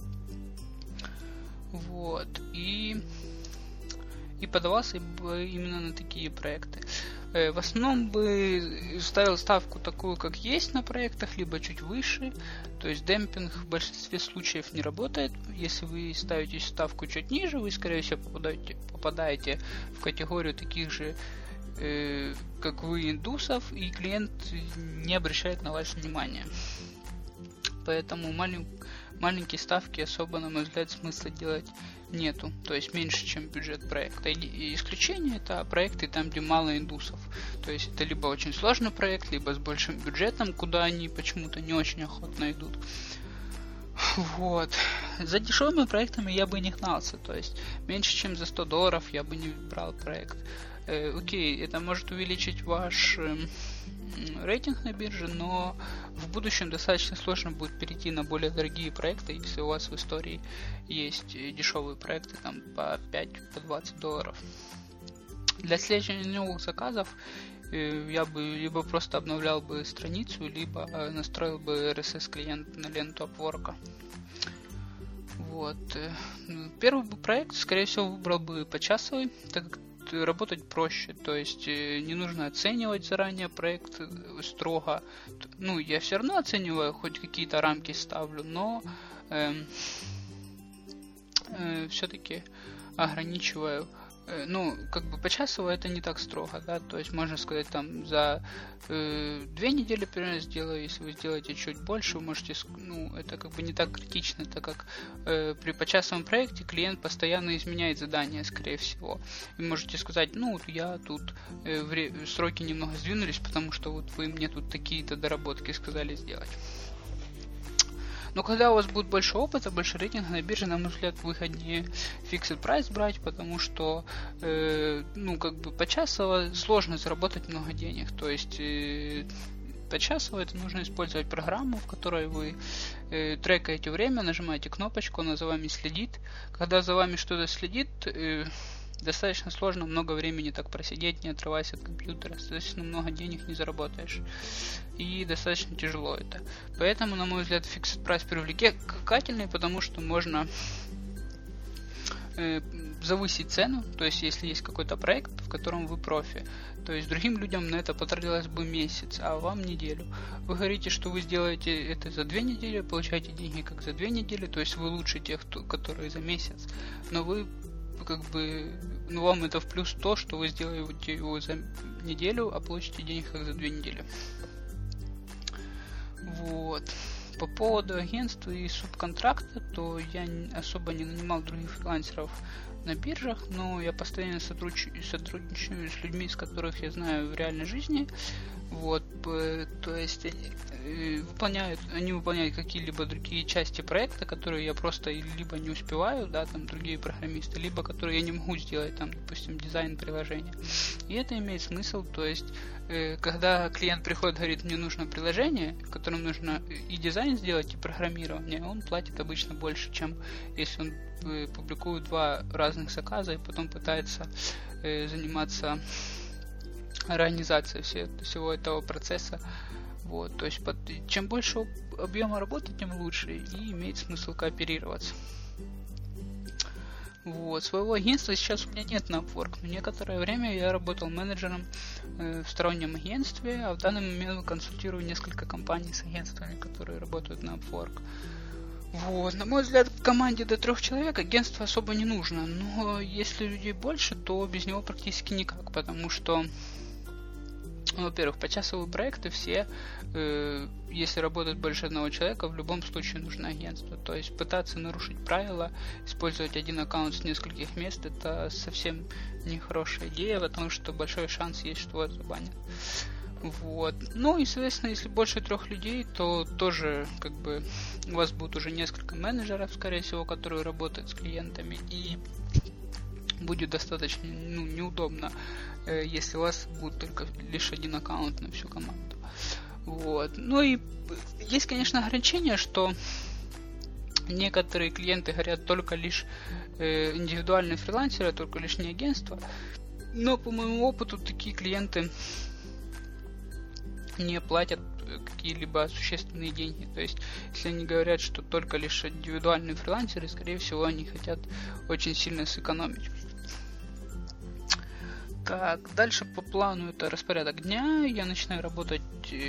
Вот. И подавался бы именно на такие проекты. В основном бы ставил ставку такую, как есть на проектах, либо чуть выше. То есть демпинг в большинстве случаев не работает. Если вы ставите ставку чуть ниже, вы, скорее всего, попадаете в категорию таких же, как вы, индусов, и клиент не обращает на вас внимания. Поэтому маленькие ставки особо, на мой взгляд, смысла делать нету, то есть меньше, чем бюджет проекта. И исключение это проекты там, где мало индусов. То есть это либо очень сложный проект, либо с большим бюджетом, куда они почему-то не очень охотно идут. Вот. За дешевыми проектами я бы не гнался, то есть меньше, чем за $100 я бы не брал проект. Окей, это может увеличить ваш рейтинг на бирже, но в будущем достаточно сложно будет перейти на более дорогие проекты, если у вас в истории есть дешевые проекты там по $5-20. Для отслеживания новых заказов я бы либо просто обновлял бы страницу, либо настроил бы RSS клиент на ленту Upwork. Вот. Первый бы проект, скорее всего, выбрал бы почасовый, так как работать проще, то есть не нужно оценивать заранее проект строго. Ну, я все равно оцениваю, хоть какие-то рамки ставлю, но все-таки ограничиваю. Почасово это не так строго, да, то есть можно сказать, там, за 2 недели примерно сделаю, если вы сделаете чуть больше, вы можете, это как бы не так критично, так как при почасовом проекте клиент постоянно изменяет задания, скорее всего, и можете сказать, я тут сроки немного сдвинулись, потому что вот вы мне тут такие-то доработки сказали сделать. Но когда у вас будет больше опыта, больше рейтинга на бирже, на мой взгляд, выгоднее fixed price брать, потому что, почасово сложно заработать много денег. То есть, почасово это нужно использовать программу, в которой вы трекаете время, нажимаете кнопочку, она за вами следит. Когда за вами что-то следит, достаточно сложно много времени так просидеть, не отрываясь от компьютера. Достаточно много денег не заработаешь. И достаточно тяжело это. Поэтому, на мой взгляд, fixed price привлекательный, потому что можно завысить цену. То есть, если есть какой-то проект, в котором вы профи, то есть другим людям на это потратилось бы месяц, а вам неделю. Вы говорите, что вы сделаете это за 2 недели, получаете деньги как за 2 недели, то есть вы лучше тех, которые за месяц. Но вы вам это в плюс то, что вы сделаете его за неделю, а получите денег как за 2 недели. Вот. По поводу агентства и субконтракта, то я особо не нанимал других фрилансеров на биржах, но я постоянно сотрудничаю с людьми, с которых я знаю в реальной жизни. Вот, то есть они выполняют какие-либо другие части проекта, которые я просто либо не успеваю, да, там другие программисты, либо которые я не могу сделать, там, допустим, дизайн приложения. И это имеет смысл, то есть, когда клиент приходит, говорит, мне нужно приложение, в котором нужно и дизайн сделать, и программирование, он платит обычно больше, чем если он публикует 2 разных заказа и потом пытается заниматься организацией всего этого процесса. Вот, то есть чем больше объема работы, тем лучше, и имеет смысл кооперироваться. Вот, своего агентства сейчас у меня нет на Upwork, но некоторое время я работал менеджером в стороннем агентстве, а в данный момент консультирую несколько компаний с агентствами, которые работают на Upwork. Вот, на мой взгляд, в команде до 3 человек агентство особо не нужно, но если людей больше, то без него практически никак, потому что, во-первых, почасовые проекты все, если работает больше одного человека, в любом случае нужно агентство. То есть пытаться нарушить правила, использовать один аккаунт с нескольких мест, это совсем не хорошая идея, потому что большой шанс есть, что вас забанят. Вот. Ну и, соответственно, если больше 3 людей, то тоже как бы у вас будет уже несколько менеджеров, скорее всего, которые работают с клиентами, и будет достаточно неудобно, если у вас будет только лишь один аккаунт на всю команду. Вот. Ну и есть, конечно, ограничение, что некоторые клиенты хотят только лишь индивидуальные фрилансеры, только лишь не агентства. Но по моему опыту такие клиенты не платят какие-либо существенные деньги. То есть, если они говорят, что только лишь индивидуальные фрилансеры, скорее всего, они хотят очень сильно сэкономить. Так, дальше по плану это распорядок дня. Я начинаю работать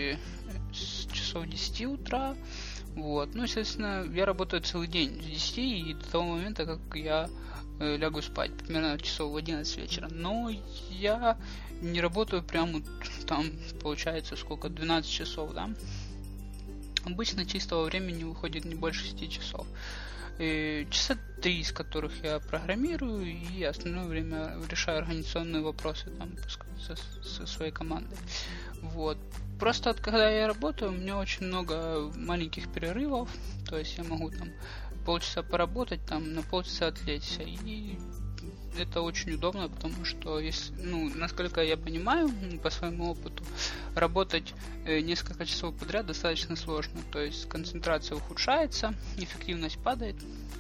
с часов 10 утра. Вот. Ну, естественно, я работаю целый день с 10 и до того момента, как я лягу спать, примерно часов в 11 вечера. Но я не работаю прямо там, получается, сколько, 12 часов, да? Обычно чистого времени выходит не больше 6 часов. Часа 3 из которых я программирую, и остальное время решаю организационные вопросы там со своей командой. Вот. Просто когда я работаю, у меня очень много маленьких перерывов, то есть я могу там полчаса поработать, там на полчаса отвлечься, и это очень удобно, потому что, если, насколько я понимаю, по своему опыту, работать несколько часов подряд достаточно сложно. То есть концентрация ухудшается, эффективность падает.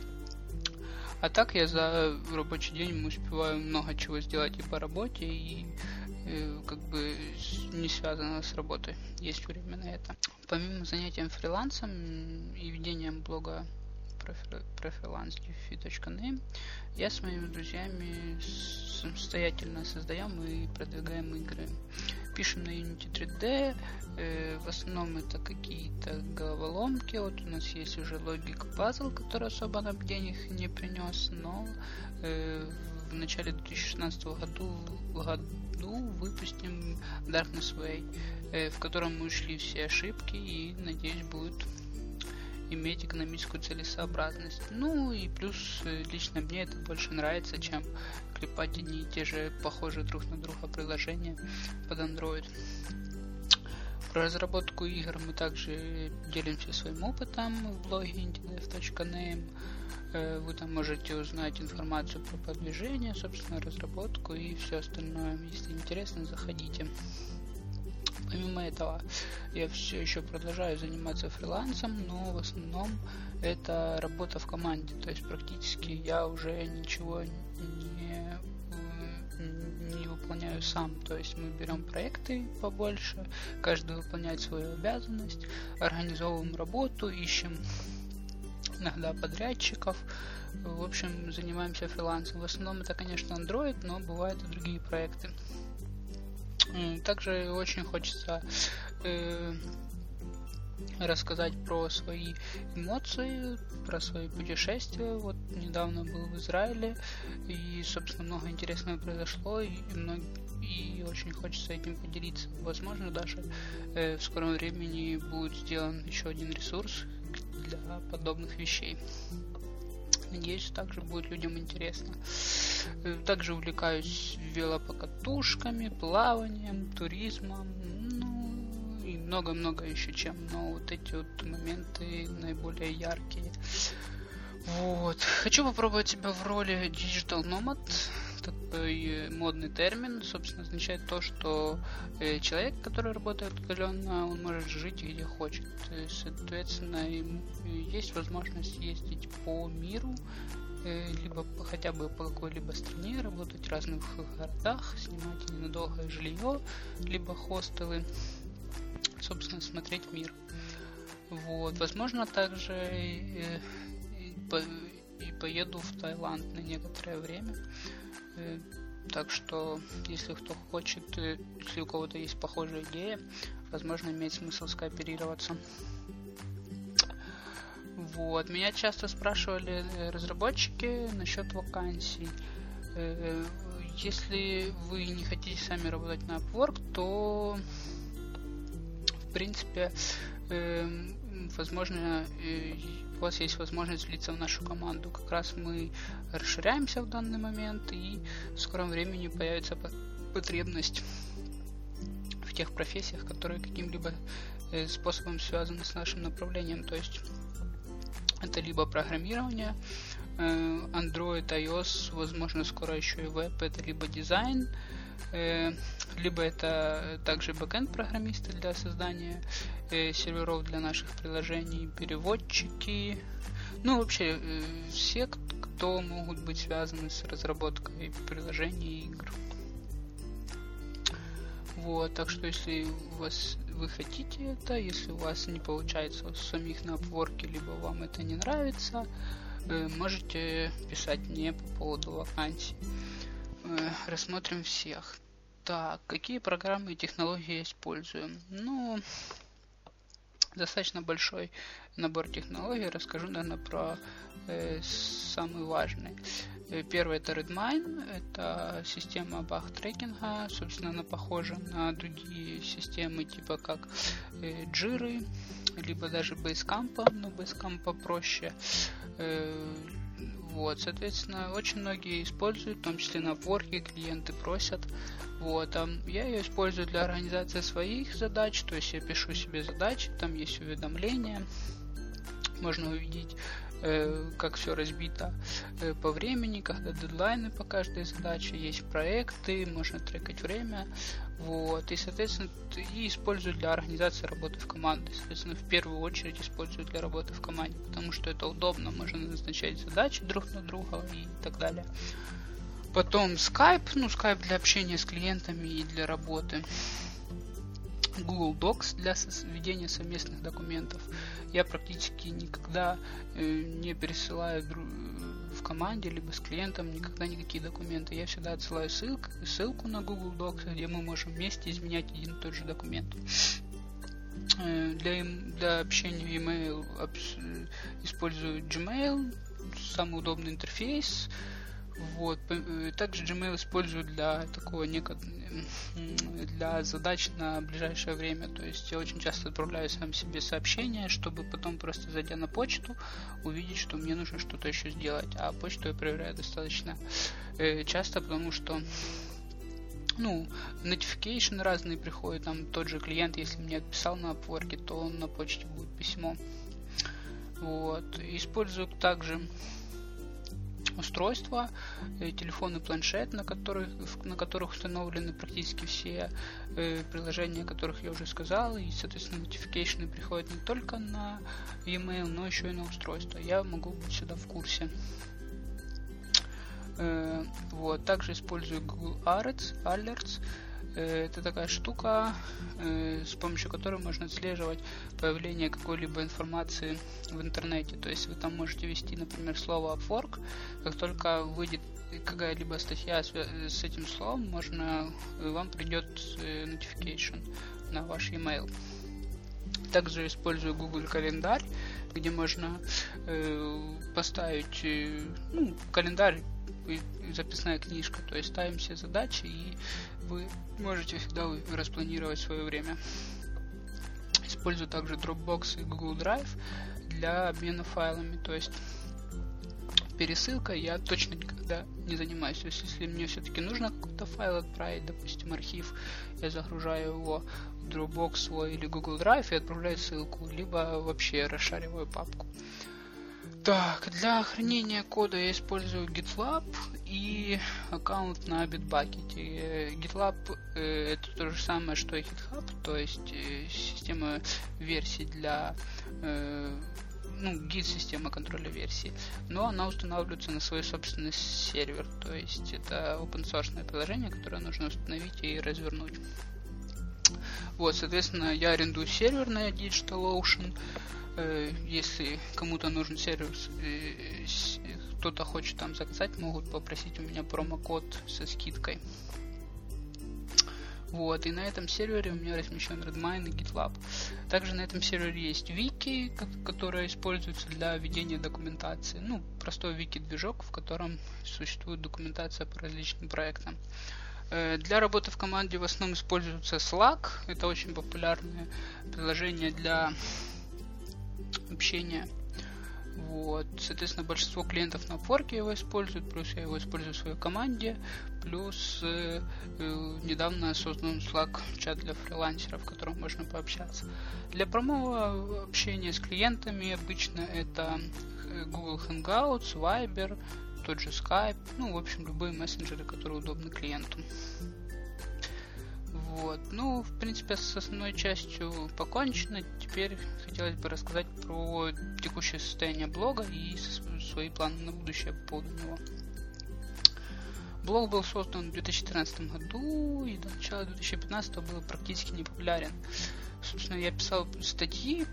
А так я за рабочий день успеваю много чего сделать и по работе, и как бы не связано с работой. Есть время на это. Помимо занятий фрилансом и ведением блога про freelance.name, я с моими друзьями самостоятельно создаем и продвигаем игры. Пишем на Unity 3D, в основном это какие-то головоломки. Вот у нас есть уже Logic Puzzle, который особо нам денег не принес, но в начале 2016 году выпустим Darkness Way, в котором мы ушли все ошибки и, надеюсь, будет иметь экономическую целесообразность. Ну и плюс лично мне это больше нравится, чем клепать одни и те же похожие друг на друга приложения под Android. Про разработку игр мы также делимся своим опытом в блоге indiedev.name. Вы там можете узнать информацию про продвижение, собственно, разработку и все остальное. Если интересно, заходите. Помимо этого, я все еще продолжаю заниматься фрилансом, но в основном это работа в команде. То есть практически я уже ничего не выполняю сам. То есть мы берем проекты побольше, каждый выполняет свою обязанность, организовываем работу, ищем иногда подрядчиков. В общем, занимаемся фрилансом. В основном это, конечно, Android, но бывают и другие проекты. Также очень хочется рассказать про свои эмоции, про свои путешествия. Вот недавно был в Израиле, и, собственно, много интересного произошло, и очень хочется этим поделиться. Возможно, даже в скором времени будет сделан еще один ресурс для подобных вещей. Надеюсь, также будет людям интересно. Также увлекаюсь велопокатушками, плаванием, туризмом, и много-много еще чем. Но вот эти вот моменты наиболее яркие. Вот. Хочу попробовать себя в роли Digital Nomad. Такой модный термин, собственно, означает то, что человек, который работает удаленно, он может жить где хочет. То есть, соответственно, ему есть возможность ездить по миру, либо хотя бы по какой-либо стране, работать в разных городах, снимать ненадолго жилье, либо хостелы, собственно, смотреть мир. Вот. Возможно, также и поеду в Таиланд на некоторое время. Так что, если кто хочет, если у кого-то есть похожая идея, возможно, имеет смысл скооперироваться. Вот. Меня часто спрашивали разработчики насчет вакансий. Если вы не хотите сами работать на Upwork, то в принципе возможно у вас есть возможность влиться в нашу команду. Как раз мы расширяемся в данный момент, и в скором времени появится потребность в тех профессиях, которые каким-либо способом связаны с нашим направлением. То есть это либо программирование, Android, iOS, возможно, скоро еще и веб, это либо дизайн, либо это также бэкэнд-программисты для создания серверов для наших приложений, переводчики, вообще все, кто могут быть связаны с разработкой приложений и игр. Вот, так что если вы хотите это, если у вас не получается самих на Upwork, либо вам это не нравится, можете писать мне по поводу вакансий. Рассмотрим всех. Так, какие программы и технологии я использую? Достаточно большой набор технологий. Расскажу, наверное, про самые важные. Первый — это Redmine. Это система баг-трекинга. Собственно, она похожа на другие системы, типа как Jira, либо даже Basecamp, но Basecamp попроще. Вот, соответственно, очень многие используют, в том числе на Upwork, клиенты просят. Вот, я ее использую для организации своих задач, то есть я пишу себе задачи, там есть уведомления, можно увидеть, как все разбито по времени, когда дедлайны по каждой задаче, есть проекты, можно трекать время, вот, и, соответственно, использую для организации работы в команде, соответственно, в первую очередь использую для работы в команде, потому что это удобно, можно назначать задачи друг на друга и так далее. Потом Skype, Skype для общения с клиентами и для работы. Google Docs для ведения совместных документов. Я практически никогда не пересылаю в команде, либо с клиентом никогда никакие документы. Я всегда отсылаю ссылку на Google Docs, где мы можем вместе изменять один и тот же документ. Для общения email использую Gmail, самый удобный интерфейс. Вот. Также Gmail использую для для задач на ближайшее время. То есть я очень часто отправляю сам себе сообщения, чтобы потом просто, зайдя на почту, увидеть, что мне нужно что-то еще сделать. А почту я проверяю достаточно часто, потому что notification разные приходят. Там тот же клиент, если мне отписал на Upwork, то на почте будет письмо. Вот. Использую также устройства, телефон и планшет, на которых установлены практически все приложения, о которых я уже сказал, и, соответственно, notification приходят не только на e-mail, но еще и на устройство. Я могу быть всегда в курсе. Вот. Также использую Google Alerts. Это такая штука, с помощью которой можно отслеживать появление какой-либо информации в интернете. То есть вы там можете ввести, например, слово Upwork. Как только выйдет какая-либо статья с этим словом, вам придет notification на ваш email. Также использую Google календарь, где можно поставить календарь, записная книжка, то есть ставим все задачи, и вы можете всегда распланировать свое время. Использую также Dropbox и Google Drive для обмена файлами, то есть пересылкой я точно никогда не занимаюсь. То есть если мне все-таки нужно какой-то файл отправить, допустим, архив, я загружаю его в Dropbox свой или Google Drive и отправляю ссылку, либо вообще расшариваю папку. Так, для хранения кода я использую GitLab и аккаунт на Bitbucket. GitLab это то же самое, что и GitHub, то есть система версий для Git-система контроля версий, но она устанавливается на свой собственный сервер, то есть это open-source приложение, которое нужно установить и развернуть. Вот, соответственно, я арендую сервер на DigitalOcean. Если кому-то нужен сервис, кто-то хочет там заказать, могут попросить у меня промокод со скидкой. Вот, и на этом сервере у меня размещен Redmine и GitLab. Также на этом сервере есть вики, которое используется для ведения документации. Ну, простой вики-движок, в котором существует документация по различным проектам. Для работы в команде в основном используется Slack. Это очень популярное приложение для общения. Вот. Соответственно, большинство клиентов на Upwork его используют, плюс я его использую в своей команде, плюс недавно создан Slack чат для фрилансеров, в котором можно пообщаться. Для прямого общения с клиентами обычно это Google Hangouts, Viber, тот же Skype, ну, в общем, любые мессенджеры, которые удобны клиенту. Вот. Ну, в принципе, с основной частью покончено. Теперь хотелось бы рассказать про текущее состояние блога и свои планы на будущее по поводу него. Блог был создан в 2013 году и до начала 2015 был практически не популярен. Собственно, я писал статьи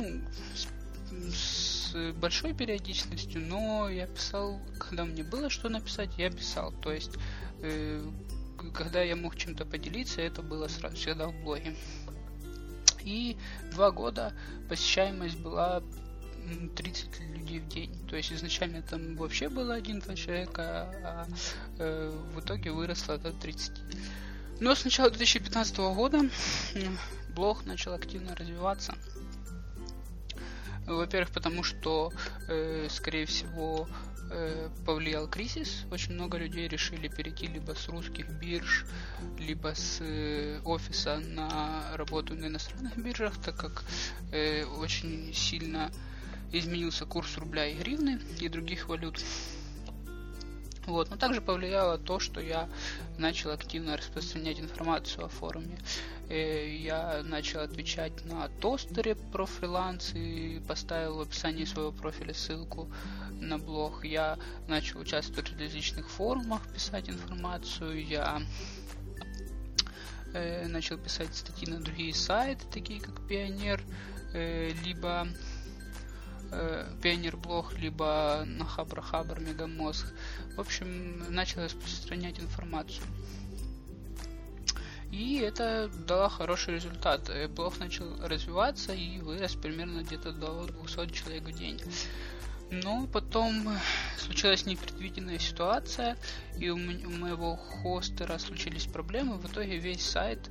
с большой периодичностью, но я писал, когда мне было что написать, я писал. То есть когда я мог чем-то поделиться, это было сразу всегда в блоге. И 2 года посещаемость была 30 людей в день. То есть изначально там вообще было 1-2 человека, а в итоге выросло до 30. Но с начала 2015 года блог начал активно развиваться. Во-первых, потому что, скорее всего, повлиял кризис. Очень много людей решили перейти либо с русских бирж, либо с офиса на работу на иностранных биржах, так как очень сильно изменился курс рубля и гривны и других валют. Вот. Но также повлияло то, что я начал активно распространять информацию о форуме. Я начал отвечать на тостеры про фриланс и поставил в описании своего профиля ссылку на блог. Я начал участвовать в различных форумах, писать информацию. Я начал писать статьи на другие сайты, такие как Pioneer, либо Pioneer блог, либо на Хабр, Мегамозг. В общем, начал распространять информацию. И это дало хороший результат. Блог начал развиваться и вырос примерно где-то до 200 человек в день. Но потом случилась непредвиденная ситуация, и у моего хостера случились проблемы. В итоге весь сайт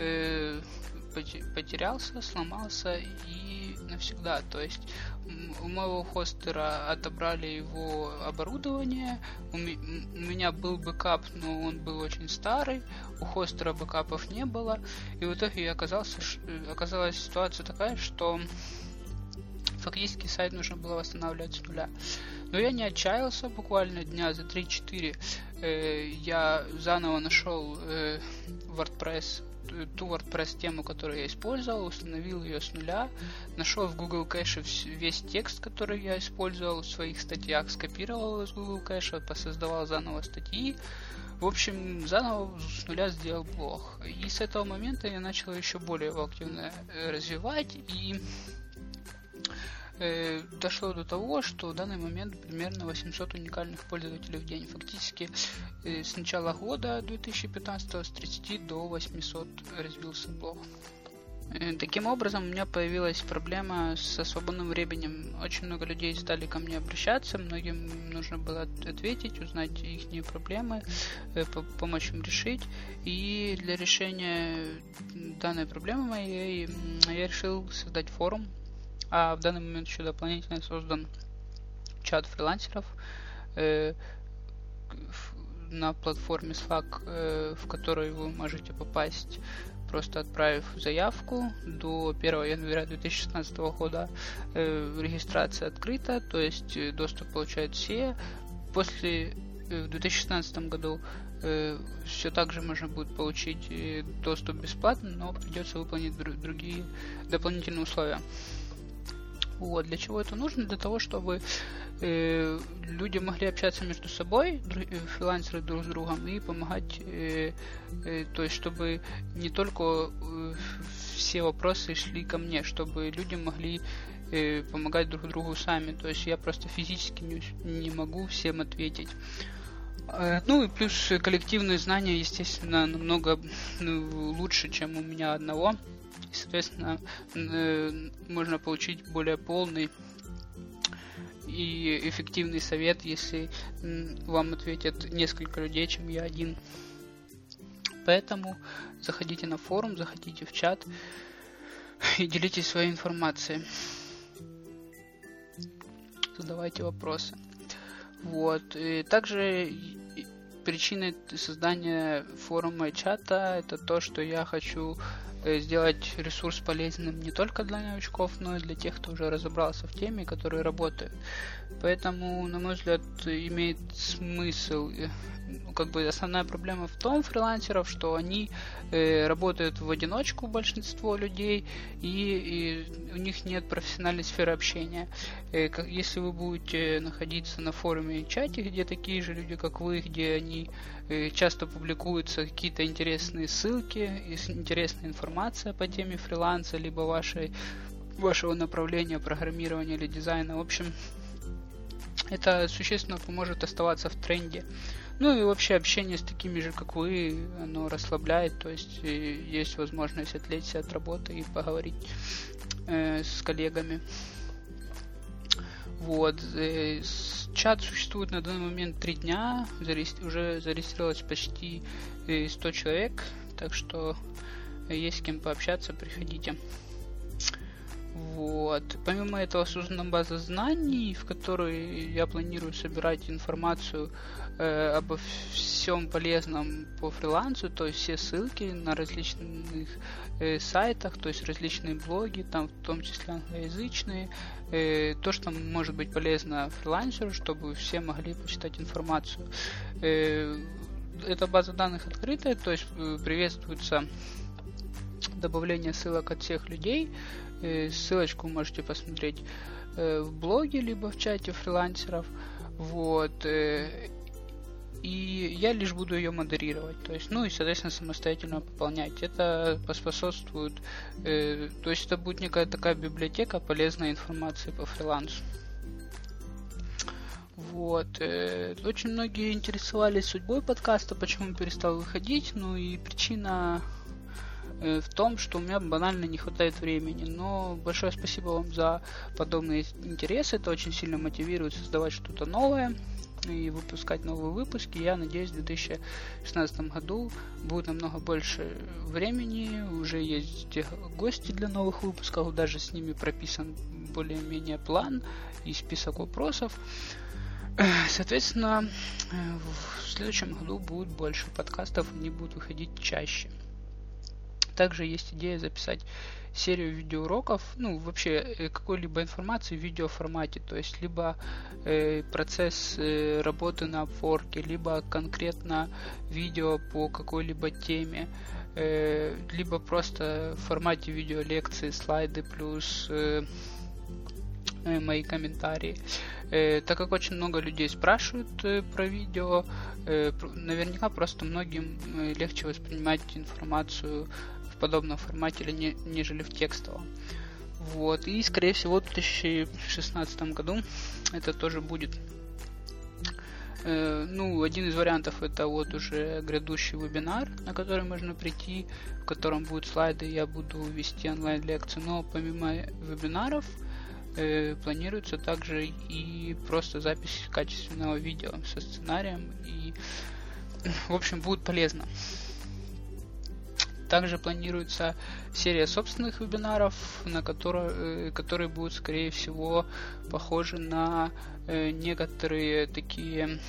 потерялся, сломался и навсегда. То есть у моего хостера отобрали его оборудование, у меня был бэкап, но он был очень старый, у хостера бэкапов не было, и в итоге оказалась ситуация такая, что фактически сайт нужно было восстанавливать с нуля. Но я не отчаялся, буквально дня за 3-4 я заново нашел WordPress, ту WordPress тему, которую я использовал, установил ее с нуля, нашел в Google Кэше весь текст, который я использовал в своих статьях, скопировал его из Google Кэша, посоздавал заново статьи. В общем, заново с нуля сделал блог. И с этого момента я начал еще более его активно развивать, и дошло до того, что в данный момент примерно 800 уникальных пользователей в день. Фактически с начала года 2015 с 30 до 800 развился блог. Таким образом, у меня появилась проблема со свободным временем. Очень много людей стали ко мне обращаться, многим нужно было ответить, узнать их проблемы, помочь им решить. И для решения данной проблемы моей я решил создать форум. А в данный момент еще дополнительно создан чат фрилансеров на платформе Slack, в который вы можете попасть, просто отправив заявку. До 1 января 2016 года регистрация открыта, то есть доступ получают все. В 2016 году все так же можно будет получить доступ бесплатно, но придется выполнить другие дополнительные условия. Вот. Для чего это нужно? Для того, чтобы люди могли общаться между собой, фрилансеры друг с другом, и помогать, то есть чтобы не только все вопросы шли ко мне, чтобы люди могли помогать друг другу сами. То есть я просто физически не могу всем ответить. Ну и плюс коллективные знания, естественно, намного лучше, чем у меня одного. И, соответственно, можно получить более полный и эффективный совет, если вам ответят несколько людей, чем я один. Поэтому заходите на форум, заходите в чат и делитесь своей информацией. Задавайте вопросы. Вот. И также причиной создания форума и чата это то, что я хочу сделать ресурс полезным не только для новичков, но и для тех, кто уже разобрался в теме, которые работают. Поэтому, на мой взгляд, имеет смысл. Основная проблема в том фрилансеров, что они работают в одиночку, большинство людей, и у них нет профессиональной сферы общения. Если вы будете находиться на форуме и чате, где такие же люди, как вы, где они часто публикуются какие-то интересные ссылки, интересная информация по теме фриланса, либо вашего направления программирования или дизайна, в общем, это существенно поможет оставаться в тренде. Ну и вообще общение с такими же, как вы, оно расслабляет, то есть есть возможность отвлечься от работы и поговорить с коллегами. Вот. Чат существует на данный момент 3 дня, уже зарегистрировалось почти 100 человек, так что есть с кем пообщаться, приходите. Вот. Помимо этого создана база знаний, в которой я планирую собирать информацию обо всем полезном по фрилансу, то есть все ссылки на различных сайтах, то есть различные блоги, там в том числе англоязычные, то, что может быть полезно фрилансеру, чтобы все могли почитать информацию. Эта база данных открытая, то есть приветствуется добавление ссылок от всех людей. Ссылочку можете посмотреть в блоге, либо в чате фрилансеров. Вот. И я лишь буду ее модерировать. То есть, и, соответственно, самостоятельно пополнять. Это поспособствует. То есть это будет некая такая библиотека полезной информации по фрилансу. Вот. Очень многие интересовались судьбой подкаста, почему он перестал выходить. И причина в том, что у меня банально не хватает времени. Но большое спасибо вам за подобные интересы. Это очень сильно мотивирует создавать что-то новое и выпускать новые выпуски. Я надеюсь, в 2016 году будет намного больше времени. Уже есть гости для новых выпусков. Даже с ними прописан более-менее план и список вопросов. Соответственно, в следующем году будет больше подкастов, они будут выходить чаще. Также есть идея записать серию видеоуроков, вообще какой-либо информации в видеоформате, то есть либо процесс работы на Upwork, либо конкретно видео по какой-либо теме, либо просто в формате видеолекции, слайды плюс мои комментарии. Так как очень много людей спрашивают про видео, наверняка просто многим легче воспринимать информацию в подобном формате, нежели в текстовом. Вот. И, скорее всего, в 2016 году это тоже будет. Один из вариантов это уже грядущий вебинар, на который можно прийти, в котором будут слайды, я буду вести онлайн-лекции. Но помимо вебинаров планируется также и просто запись качественного видео со сценарием, и в общем будет полезно. Также планируется серия собственных вебинаров, которые будут, скорее всего, похожи на некоторые такие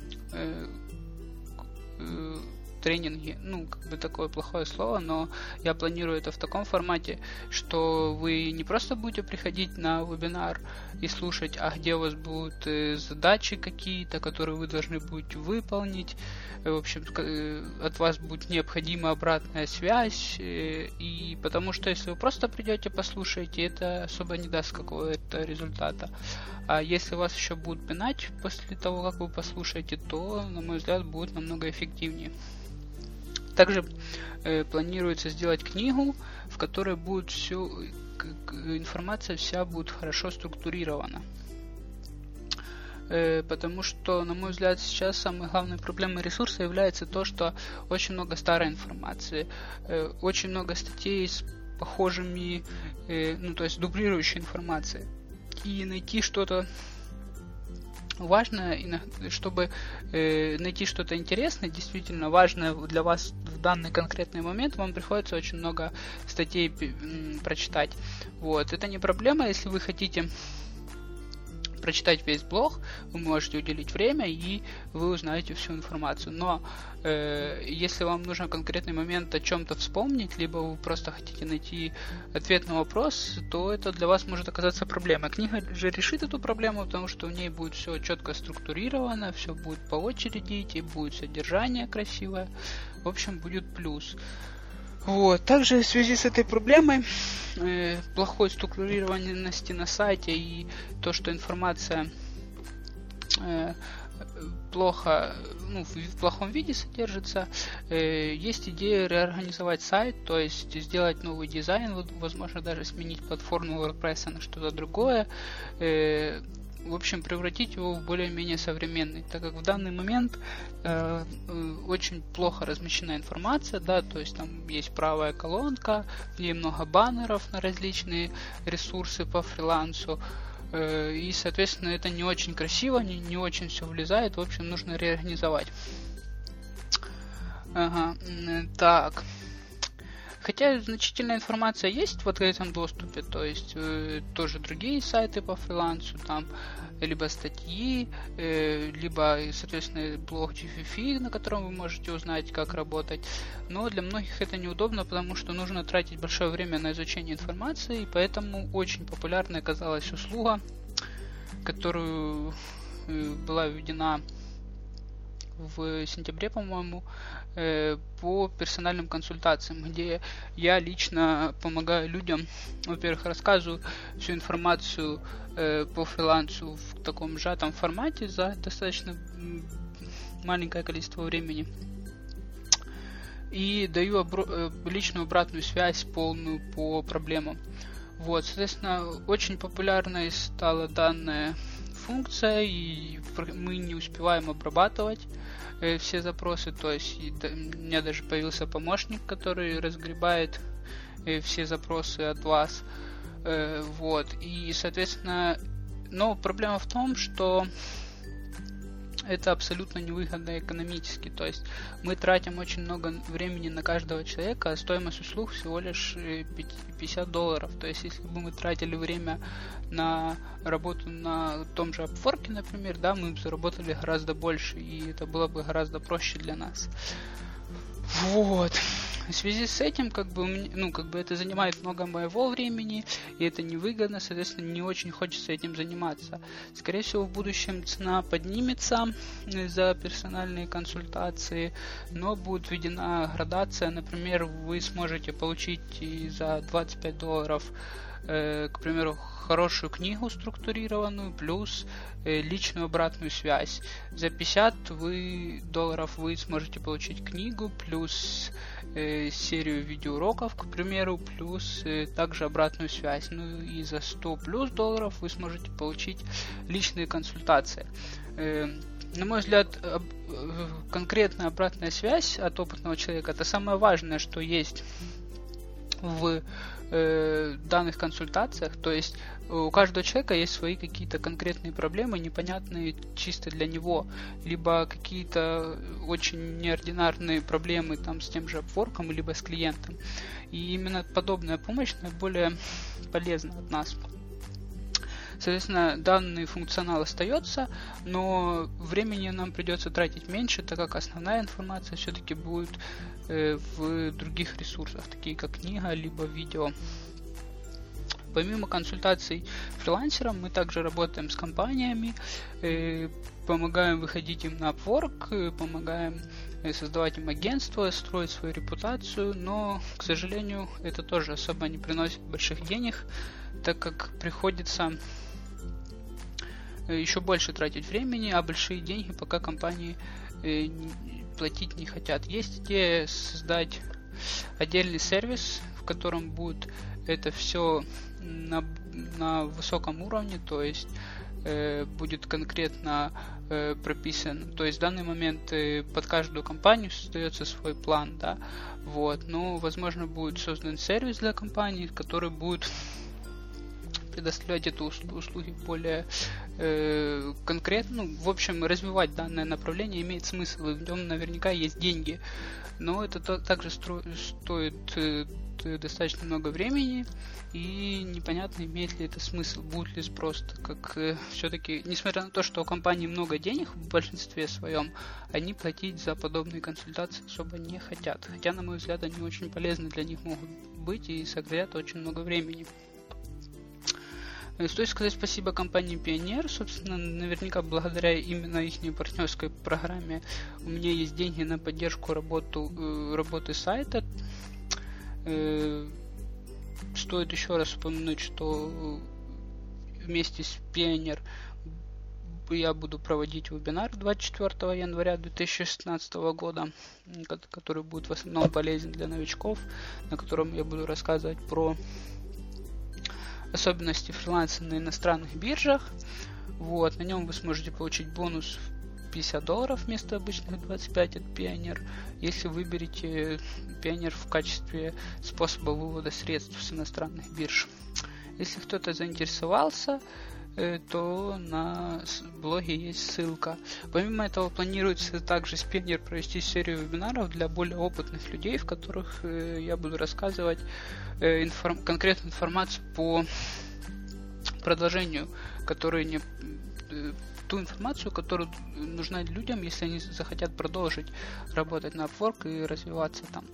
тренинги, такое плохое слово, но я планирую это в таком формате, что вы не просто будете приходить на вебинар и слушать, а где у вас будут задачи какие-то, которые вы должны будете выполнить. В общем, от вас будет необходима обратная связь, и потому что если вы просто придете послушаете, это особо не даст какого-то результата. А если вас еще будут пинать после того, как вы послушаете, то, на мой взгляд, будет намного эффективнее. Также планируется сделать книгу, в которой будет информация вся будет хорошо структурирована. потому что, на мой взгляд, сейчас самой главной проблемой ресурса является то, что очень много старой информации, очень много статей с похожими, то есть дублирующей информацией. И найти что-то важное, чтобы найти что-то интересное, действительно важное для вас в данный конкретный момент, вам приходится очень много статей прочитать. Вот. Это не проблема, если вы хотите прочитать весь блог, вы можете уделить время, и вы узнаете всю информацию. Но если вам нужен конкретный момент о чем-то вспомнить, либо вы просто хотите найти ответ на вопрос, то это для вас может оказаться проблемой. Книга же решит эту проблему, потому что в ней будет все четко структурировано, все будет по очереди идти, будет содержание красивое. В общем, будет плюс. Вот. Также в связи с этой проблемой плохой структурированности на сайте и то, что информация плохо, в плохом виде содержится, есть идея реорганизовать сайт, то есть сделать новый дизайн, возможно даже сменить платформу WordPress на что-то другое, в общем, превратить его в более-менее современный, так как в данный момент очень плохо размещена информация, да, то есть там есть правая колонка, в ней много баннеров на различные ресурсы по фрилансу, и, соответственно, это не очень красиво, не очень все влезает, в общем, нужно реорганизовать. Так. Хотя значительная информация есть в открытом доступе, то есть тоже другие сайты по фрилансу, там либо статьи, либо, соответственно, блог GFFI, на котором вы можете узнать, как работать. Но для многих это неудобно, потому что нужно тратить большое время на изучение информации, и поэтому очень популярной оказалась услуга, которую была введена в сентябре, по-моему, по персональным консультациям, где я лично помогаю людям, во-первых, рассказываю всю информацию по фрилансу в таком сжатом формате за достаточно маленькое количество времени, и даю личную обратную связь полную по проблемам. Вот, соответственно, очень популярной стала данная функция, и мы не успеваем обрабатывать все запросы, то есть у меня даже появился помощник, который разгребает все запросы от вас, вот, и, соответственно, но проблема в том, что это абсолютно невыгодно экономически, то есть мы тратим очень много времени на каждого человека, а стоимость услуг всего лишь $50, то есть если бы мы тратили время на работу на том же Upwork, например, да, мы бы заработали гораздо больше, и это было бы гораздо проще для нас. Вот. В связи с этим, это занимает много моего времени, и это невыгодно, соответственно, не очень хочется этим заниматься. Скорее всего, в будущем цена поднимется за персональные консультации, но будет введена градация. Например, вы сможете получить за $25, к примеру, хорошую книгу структурированную, плюс личную обратную связь. За $50 вы сможете получить книгу, плюс серию видеоуроков, к примеру, плюс также обратную связь. Ну и за $100+ вы сможете получить личные консультации. На мой взгляд, конкретная обратная связь от опытного человека — это самое важное, что есть в данных консультациях. То есть у каждого человека есть свои какие-то конкретные проблемы, непонятные чисто для него, либо какие-то очень неординарные проблемы там с тем же Upwork, либо с клиентом. И именно подобная помощь наиболее полезна от нас. Соответственно, данный функционал остается, но времени нам придется тратить меньше, так как основная информация все-таки будет в других ресурсах, такие как книга, либо видео. Помимо консультаций фрилансерам, мы также работаем с компаниями, помогаем выходить им на Upwork, помогаем создавать им агентство, строить свою репутацию, но, к сожалению, это тоже особо не приносит больших денег, так как приходится еще больше тратить времени, а большие деньги пока компании платить не хотят. Есть идея создать отдельный сервис, в котором будет это все на высоком уровне, то есть будет конкретно прописан. То есть в данный момент под каждую компанию создается свой план, да, вот. Но, возможно, будет создан сервис для компании, который будет предоставлять эти услуги более конкретно. В общем, развивать данное направление имеет смысл, и в нем наверняка есть деньги. Но это также стоит достаточно много времени, и непонятно, имеет ли это смысл, будет ли спрос, так как все-таки, несмотря на то, что у компании много денег, в большинстве своем, они платить за подобные консультации особо не хотят. Хотя, на мой взгляд, они очень полезны для них могут быть и сократят очень много времени. Стоит сказать спасибо компании Pioneer. Собственно, наверняка благодаря именно их партнерской программе у меня есть деньги на поддержку работы сайта. Стоит еще раз упомянуть, что вместе с Pioneer я буду проводить вебинар 24 января 2016 года, который будет в основном полезен для новичков, на котором я буду рассказывать про особенности фриланса на иностранных биржах. Вот, на нем вы сможете получить бонус в $50 вместо обычных 25 от Pioneer, если выберете Pioneer в качестве способа вывода средств с иностранных бирж. Если кто-то заинтересовался, то на блоге есть ссылка. Помимо этого, планируется также с Pioneer провести серию вебинаров для более опытных людей, в которых я буду рассказывать конкретную информацию по продолжению, ту информацию, которая нужна людям, если они захотят продолжить работать на Upwork и развиваться там.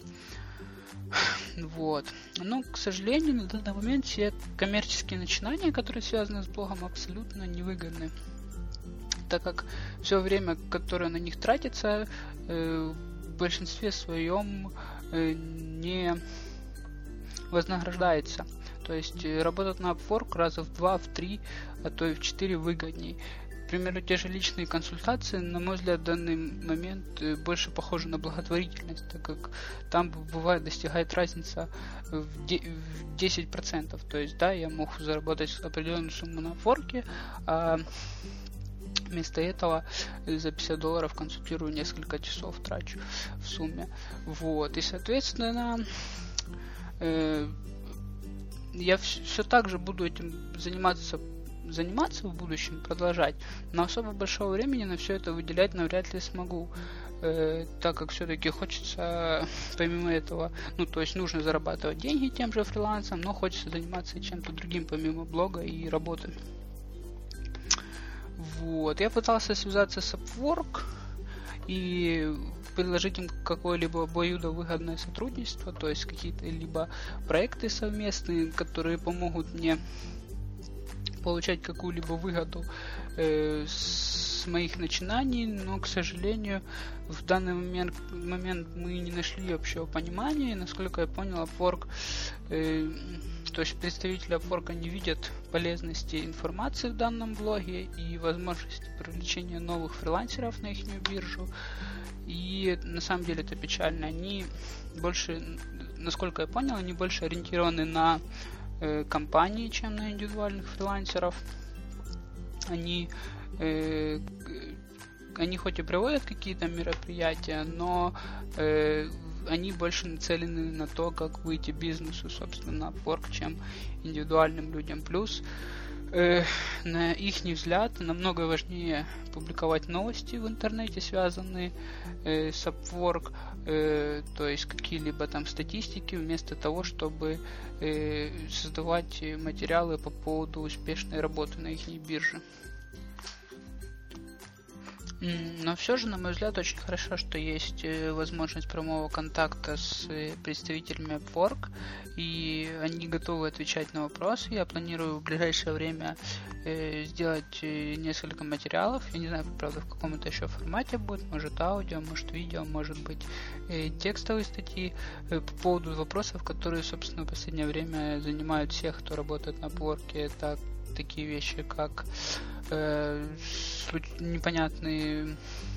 Вот. Но, к сожалению, на данный момент все коммерческие начинания, которые связаны с блогом, абсолютно невыгодны, так как все время, которое на них тратится, в большинстве своем не вознаграждается. То есть работать на Upwork раза в 2, в 3, а то и в 4 выгодней. К примеру, те же личные консультации, на мой взгляд, в данный момент больше похожи на благотворительность, так как там бывает достигает разница в 10%. То есть, да, я мог заработать определенную сумму на Upwork, а вместо этого за $50 консультирую несколько часов, трачу в сумме. Вот. И, соответственно, я все так же буду этим заниматься в будущем, продолжать, но особо большого времени на все это выделять навряд ли смогу, так как все-таки хочется, помимо этого, то есть нужно зарабатывать деньги тем же фрилансом, но хочется заниматься чем-то другим, помимо блога и работы. Вот, я пытался связаться с Upwork и предложить им какое-либо обоюдовыгодное сотрудничество, то есть какие-то либо проекты совместные, которые помогут мне получать какую-либо выгоду с моих начинаний, но, к сожалению, в данный момент мы не нашли общего понимания, и, насколько я понял, Upwork, то есть представители Upwork не видят полезности информации в данном блоге и возможности привлечения новых фрилансеров на их биржу, и на самом деле это печально. Они больше, насколько я понял, они больше ориентированы на компании, чем на индивидуальных фрилансеров. Они хоть и проводят какие-то мероприятия, но они больше нацелены на то, как выйти бизнесу, собственно, на Upwork, чем индивидуальным людям. Плюс, на их взгляд, намного важнее публиковать новости в интернете, связанные с Upwork, то есть какие-либо там статистики, вместо того, чтобы создавать материалы по поводу успешной работы на их бирже. Но все же, на мой взгляд, очень хорошо, что есть возможность прямого контакта с представителями Upwork, и они готовы отвечать на вопросы. Я планирую в ближайшее время сделать несколько материалов. Я не знаю, правда, в каком это еще формате будет. Может аудио, может видео, может быть текстовые статьи по поводу вопросов, которые, собственно, в последнее время занимают всех, кто работает на Upwork. Это такие вещи, как непонятное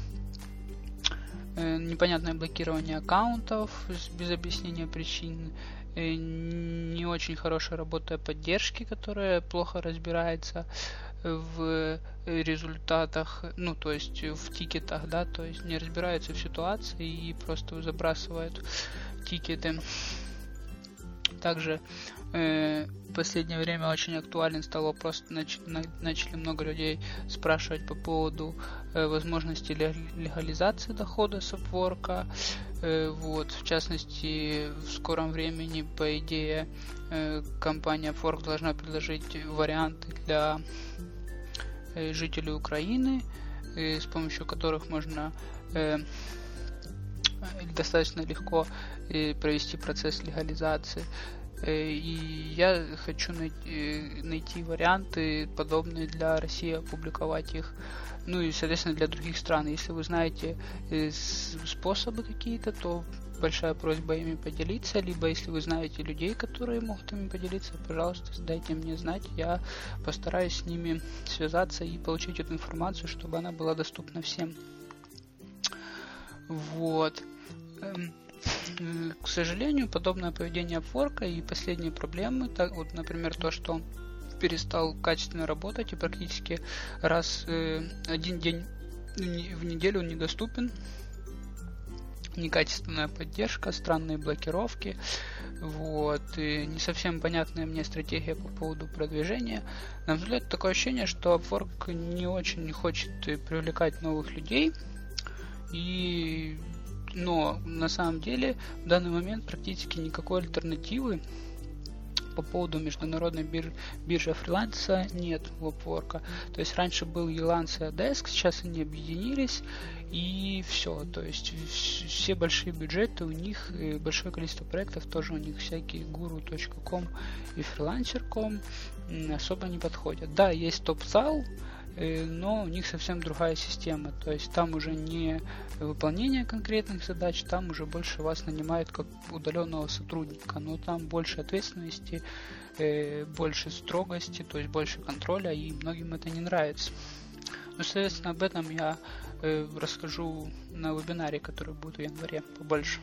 блокирование аккаунтов без объяснения причин, не очень хорошая работа поддержки, которая плохо разбирается в результатах, ну, то есть в тикетах, да, то есть не разбираются в ситуации и просто забрасывают тикеты. Также в последнее время очень актуален стал вопрос, начали много людей спрашивать по поводу возможности легализации дохода с Upwork. Вот, в частности, в скором времени, по идее, компания Upwork должна предложить варианты для жителей Украины, с помощью которых можно достаточно легко провести процесс легализации. И я хочу найти варианты подобные для России, опубликовать их. Ну и, соответственно, для других стран. Если вы знаете способы какие-то, то большая просьба ими поделиться. Либо, если вы знаете людей, которые могут ими поделиться, пожалуйста, дайте мне знать. Я постараюсь с ними связаться и получить эту информацию, чтобы она была доступна всем. Вот. К сожалению, подобное поведение Upwork и последние проблемы, так вот, например, то, что он перестал качественно работать и практически один день в неделю он недоступен, некачественная поддержка, странные блокировки, вот, и не совсем понятная мне стратегия по поводу продвижения. На мой взгляд, такое ощущение, что Upwork не очень хочет привлекать новых людей, но на самом деле в данный момент практически никакой альтернативы по поводу международной биржи фриланса нет у Upwork. То есть раньше был Elance и Odesk, сейчас они объединились и все. То есть все большие бюджеты у них, большое количество проектов тоже у них всякие guru.com и freelancer.com особо не подходят. Да, есть TopSal, но у них совсем другая система, то есть там уже не выполнение конкретных задач, там уже больше вас нанимают как удаленного сотрудника, но там больше ответственности, больше строгости, то есть больше контроля, и многим это не нравится. Ну, соответственно, об этом я расскажу на вебинаре, который будет в январе побольше.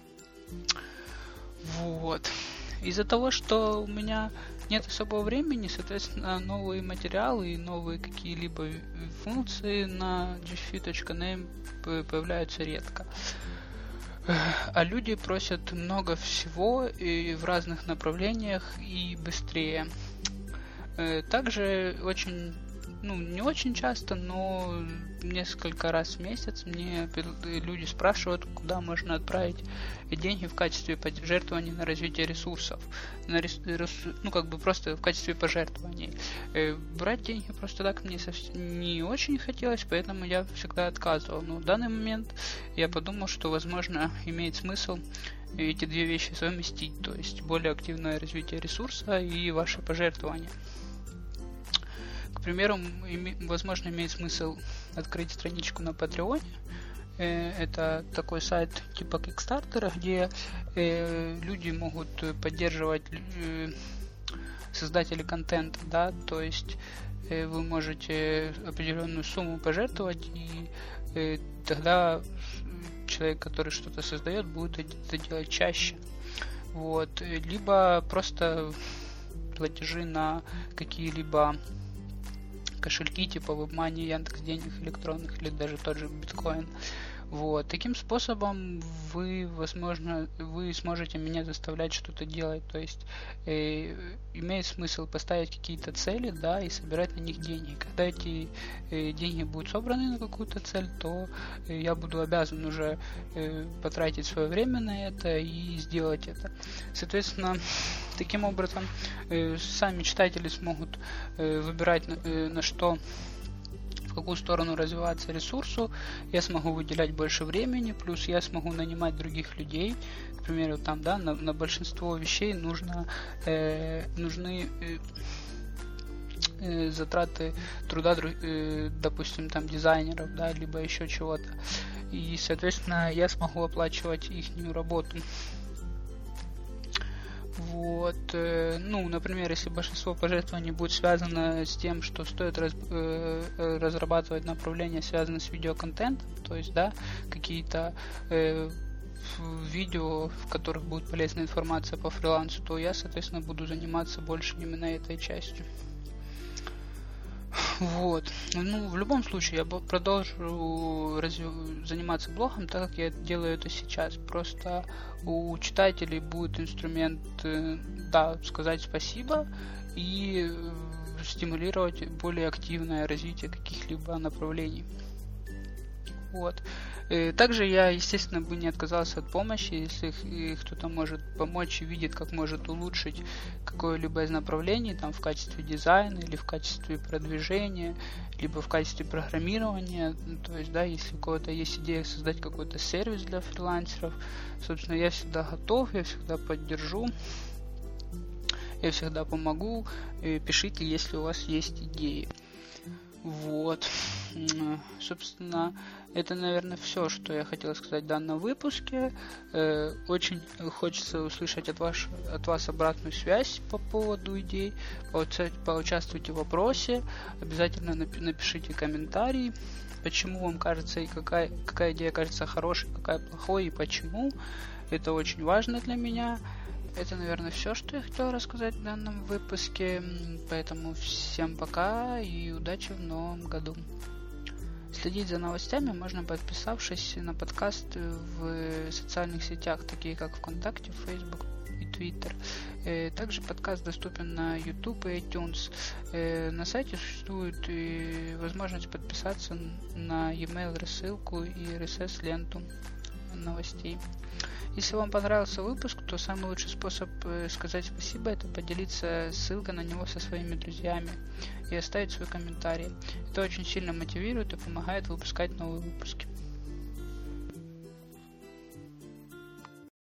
Вот. Из-за того, что у меня нет особого времени, соответственно, новые материалы и новые какие-либо функции на gfy.name появляются редко. А люди просят много всего и в разных направлениях и быстрее. Также не очень часто, но несколько раз в месяц мне люди спрашивают, куда можно отправить деньги в качестве пожертвований на развитие ресурсов. Просто в качестве пожертвований. Брать деньги просто так мне совсем не очень хотелось, поэтому я всегда отказывал. Но в данный момент я подумал, что, возможно, имеет смысл эти две вещи совместить, то есть более активное развитие ресурса и ваши пожертвования. К примеру, возможно, имеет смысл открыть страничку на Patreon. Это такой сайт типа Kickstarter, где люди могут поддерживать создателей контента, да, то есть вы можете определенную сумму пожертвовать, и тогда человек, который что-то создает, будет это делать чаще. Вот. Либо просто платежи на какие-либо кошельки типа WebMoney, Яндекс.Денег электронных или даже тот же биткоин. Вот. Таким способом вы сможете меня заставлять что-то делать. То есть имеет смысл поставить какие-то цели, да, и собирать на них деньги. Когда эти деньги будут собраны на какую-то цель, то я буду обязан уже потратить свое время на это и сделать это. Соответственно, таким образом сами читатели смогут выбирать в какую сторону развиваться ресурсу, я смогу выделять больше времени, плюс я смогу нанимать других людей. К примеру, там, да, на большинство вещей нужны затраты труда, допустим, там дизайнеров, да, либо еще чего-то. И, соответственно, я смогу оплачивать ихнюю работу. Вот, например, если большинство пожертвований будет связано с тем, что стоит разрабатывать направления, связанные с видеоконтентом, то есть, да, какие-то видео, в которых будет полезная информация по фрилансу, то я, соответственно, буду заниматься больше именно этой частью. Вот. Ну, в любом случае, я продолжу заниматься блогом, так как я делаю это сейчас. Просто у читателей будет инструмент, да, сказать спасибо и стимулировать более активное развитие каких-либо направлений. Вот. Также я, естественно, бы не отказался от помощи, если кто-то может помочь и видит, как может улучшить какое-либо из направлений, там, в качестве дизайна или в качестве продвижения, либо в качестве программирования. То есть, да, если у кого-то есть идея создать какой-то сервис для фрилансеров, собственно, я всегда готов, я всегда поддержу, я всегда помогу. Пишите, если у вас есть идеи. Вот. Собственно, это, наверное, все, что я хотел сказать в данном выпуске. Очень хочется услышать от вас обратную связь по поводу идей. Поучаствуйте в вопросе. Обязательно напишите комментарий, почему вам кажется и какая идея кажется хорошей, какая плохой и почему. Это очень важно для меня. Это, наверное, все, что я хотел рассказать в данном выпуске. Поэтому всем пока и удачи в новом году. Следить за новостями можно, подписавшись на подкаст в социальных сетях, такие как ВКонтакте, Facebook и Twitter. Также подкаст доступен на YouTube и iTunes. На сайте существует возможность подписаться на e-mail рассылку и RSS-ленту новостей. Если вам понравился выпуск, то самый лучший способ сказать спасибо — это поделиться ссылкой на него со своими друзьями и оставить свой комментарий. Это очень сильно мотивирует и помогает выпускать новые выпуски.